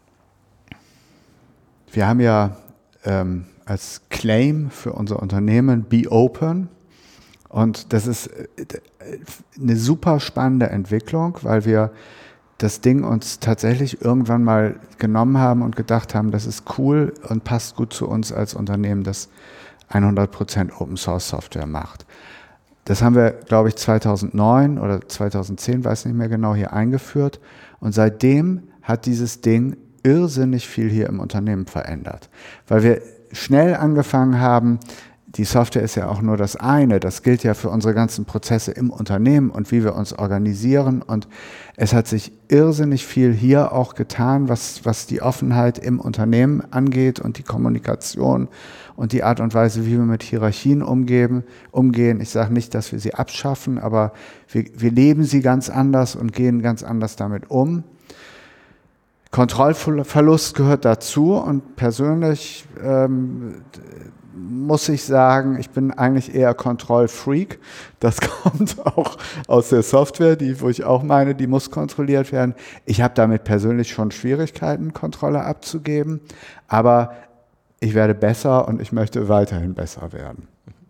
Wir haben ja ähm, als Claim für unser Unternehmen Be Open. Und das ist eine super spannende Entwicklung, weil wir das Ding uns tatsächlich irgendwann mal genommen haben und gedacht haben, das ist cool und passt gut zu uns als Unternehmen, das hundert Prozent Open Source Software macht. Das haben wir, glaube ich, zweitausendneun oder zweitausendzehn, weiß nicht mehr genau, hier eingeführt. Und seitdem hat dieses Ding irrsinnig viel hier im Unternehmen verändert. Weil wir schnell angefangen haben, die Software ist ja auch nur das eine, das gilt ja für unsere ganzen Prozesse im Unternehmen und wie wir uns organisieren. Und es hat sich irrsinnig viel hier auch getan, was, was die Offenheit im Unternehmen angeht und die Kommunikation und die Art und Weise, wie wir mit Hierarchien umgehen. umgehen. Ich sage nicht, dass wir sie abschaffen, aber wir, wir leben sie ganz anders und gehen ganz anders damit um. Kontrollverlust gehört dazu und persönlich ähm, muss ich sagen, ich bin eigentlich eher Kontrollfreak. Das kommt auch aus der Software, die, wo ich auch meine, die muss kontrolliert werden. Ich habe damit persönlich schon Schwierigkeiten, Kontrolle abzugeben, aber ich werde besser und ich möchte weiterhin besser werden.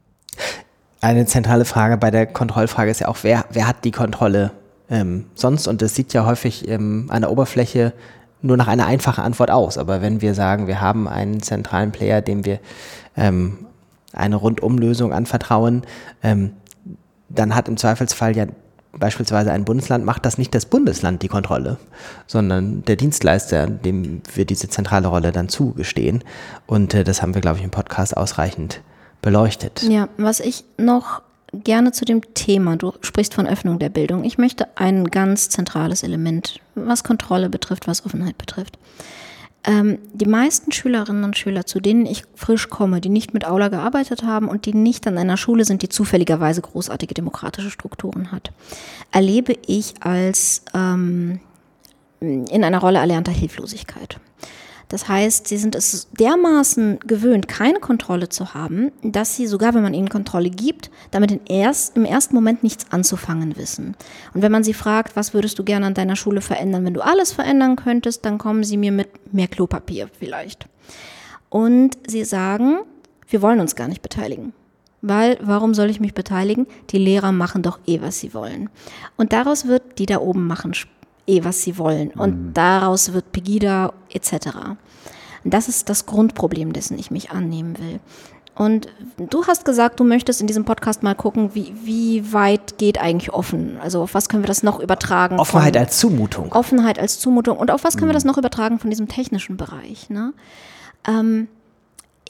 Eine zentrale Frage bei der Kontrollfrage ist ja auch, wer, wer hat die Kontrolle ähm, sonst? Und das sieht ja häufig ähm, an der Oberfläche nur nach einer einfachen Antwort aus. Aber wenn wir sagen, wir haben einen zentralen Player, dem wir ähm, eine Rundumlösung anvertrauen, ähm, dann hat im Zweifelsfall ja beispielsweise ein Bundesland, macht das nicht das Bundesland die Kontrolle, sondern der Dienstleister, dem wir diese zentrale Rolle dann zugestehen. Und äh, das haben wir, glaube ich, im Podcast ausreichend beleuchtet. Ja, was ich noch gerne zu dem Thema, du sprichst von Öffnung der Bildung. Ich möchte ein ganz zentrales Element, was Kontrolle betrifft, was Offenheit betrifft. Ähm, die meisten Schülerinnen und Schüler, zu denen ich frisch komme, die nicht mit Aula gearbeitet haben und die nicht an einer Schule sind, die zufälligerweise großartige demokratische Strukturen hat, erlebe ich als ähm, in einer Rolle erlernter Hilflosigkeit. Das heißt, sie sind es dermaßen gewöhnt, keine Kontrolle zu haben, dass sie, sogar wenn man ihnen Kontrolle gibt, damit in erst, im ersten Moment nichts anzufangen wissen. Und wenn man sie fragt, was würdest du gerne an deiner Schule verändern, wenn du alles verändern könntest, dann kommen sie mir mit mehr Klopapier vielleicht. Und sie sagen, wir wollen uns gar nicht beteiligen. Weil, warum soll ich mich beteiligen? Die Lehrer machen doch eh, was sie wollen. Und daraus wird, die da oben machen, eh, was sie wollen. Und mhm. daraus wird Pegida et cetera. Das ist das Grundproblem, dessen ich mich annehmen will. Und du hast gesagt, du möchtest in diesem Podcast mal gucken, wie, wie weit geht eigentlich offen? Also auf was können wir das noch übertragen? Offenheit als Zumutung. Offenheit als Zumutung. Und auf was können mhm. wir das noch übertragen von diesem technischen Bereich? Ne? Ähm, ich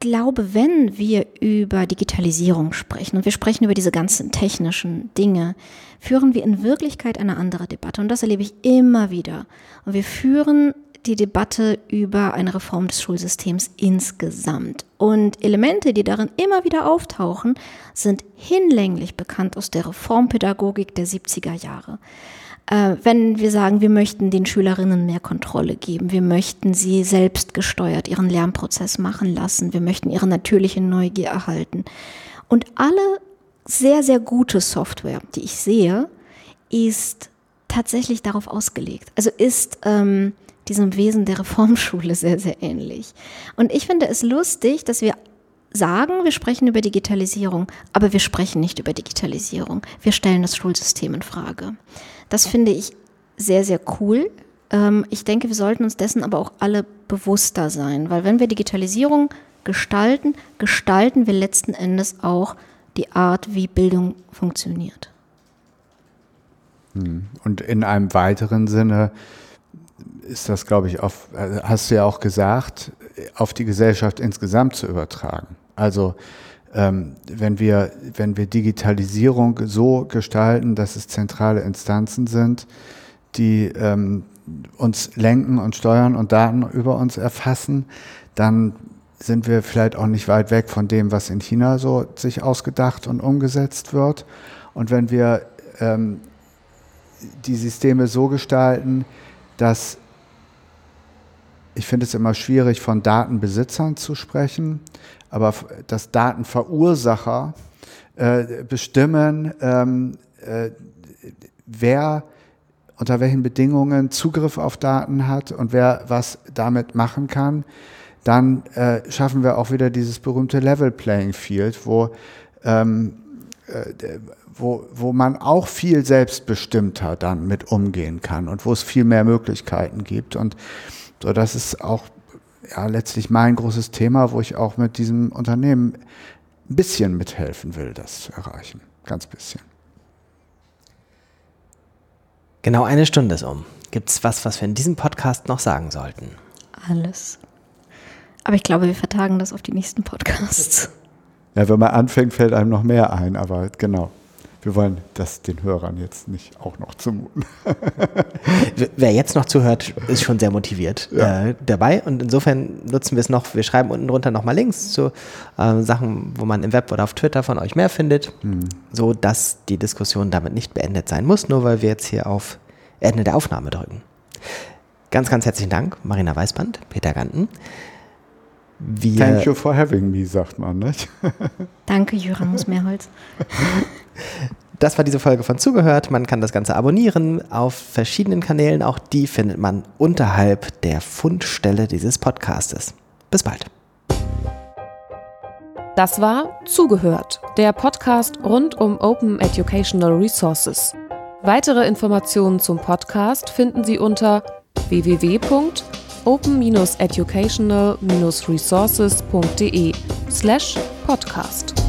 glaube, wenn wir über Digitalisierung sprechen und wir sprechen über diese ganzen technischen Dinge, führen wir in Wirklichkeit eine andere Debatte. Und das erlebe ich immer wieder. Und wir führen die Debatte über eine Reform des Schulsystems insgesamt. Und Elemente, die darin immer wieder auftauchen, sind hinlänglich bekannt aus der Reformpädagogik der siebziger Jahre. Äh, wenn wir sagen, wir möchten den Schülerinnen mehr Kontrolle geben, wir möchten sie selbstgesteuert ihren Lernprozess machen lassen, wir möchten ihre natürliche Neugier erhalten. Und alle sehr, sehr gute Software, die ich sehe, ist tatsächlich darauf ausgelegt. Also ist ähm, diesem Wesen der Reformschule sehr, sehr ähnlich. Und ich finde es lustig, dass wir sagen, wir sprechen über Digitalisierung, aber wir sprechen nicht über Digitalisierung. Wir stellen das Schulsystem in Frage. Das finde ich sehr, sehr cool. Ähm, ich denke, wir sollten uns dessen aber auch alle bewusster sein, weil wenn wir Digitalisierung gestalten, gestalten wir letzten Endes auch die Art, wie Bildung funktioniert. Und in einem weiteren Sinne ist das, glaube ich, auf, hast du ja auch gesagt, auf die Gesellschaft insgesamt zu übertragen. Also ähm, wenn wir, wenn wir Digitalisierung so gestalten, dass es zentrale Instanzen sind, die ähm, uns lenken und steuern und Daten über uns erfassen, dann sind wir vielleicht auch nicht weit weg von dem, was in China so sich ausgedacht und umgesetzt wird. Und wenn wir ähm, die Systeme so gestalten, dass ich finde es immer schwierig, von Datenbesitzern zu sprechen, aber dass Datenverursacher äh, bestimmen, ähm, äh, wer unter welchen Bedingungen Zugriff auf Daten hat und wer was damit machen kann, dann äh, schaffen wir auch wieder dieses berühmte Level Playing Field, wo, ähm, äh, wo, wo man auch viel selbstbestimmter dann mit umgehen kann und wo es viel mehr Möglichkeiten gibt. Und so, das ist auch ja, letztlich mein großes Thema, wo ich auch mit diesem Unternehmen ein bisschen mithelfen will, das zu erreichen. Ganz bisschen. Genau eine Stunde ist um. Gibt es was, was wir in diesem Podcast noch sagen sollten? Alles. Aber ich glaube, wir vertagen das auf die nächsten Podcasts. Ja, wenn man anfängt, fällt einem noch mehr ein, aber genau. Wir wollen das den Hörern jetzt nicht auch noch zumuten. Wer jetzt noch zuhört, ist schon sehr motiviert ja. äh, dabei und insofern nutzen wir es noch. Wir schreiben unten drunter nochmal Links zu äh, Sachen, wo man im Web oder auf Twitter von euch mehr findet, hm. so dass die Diskussion damit nicht beendet sein muss, nur weil wir jetzt hier auf Ende der Aufnahme drücken. Ganz, ganz herzlichen Dank, Marina Weißband, Peter Ganten. Wir Thank you for having me, sagt man, nicht? Danke, Jüramus Mehrholz. Das war diese Folge von Zugehört. Man kann das Ganze abonnieren auf verschiedenen Kanälen. Auch die findet man unterhalb der Fundstelle dieses Podcastes. Bis bald. Das war Zugehört, der Podcast rund um Open Educational Resources. Weitere Informationen zum Podcast finden Sie unter w w w punkt open dash educational dash resources punkt de slash podcast.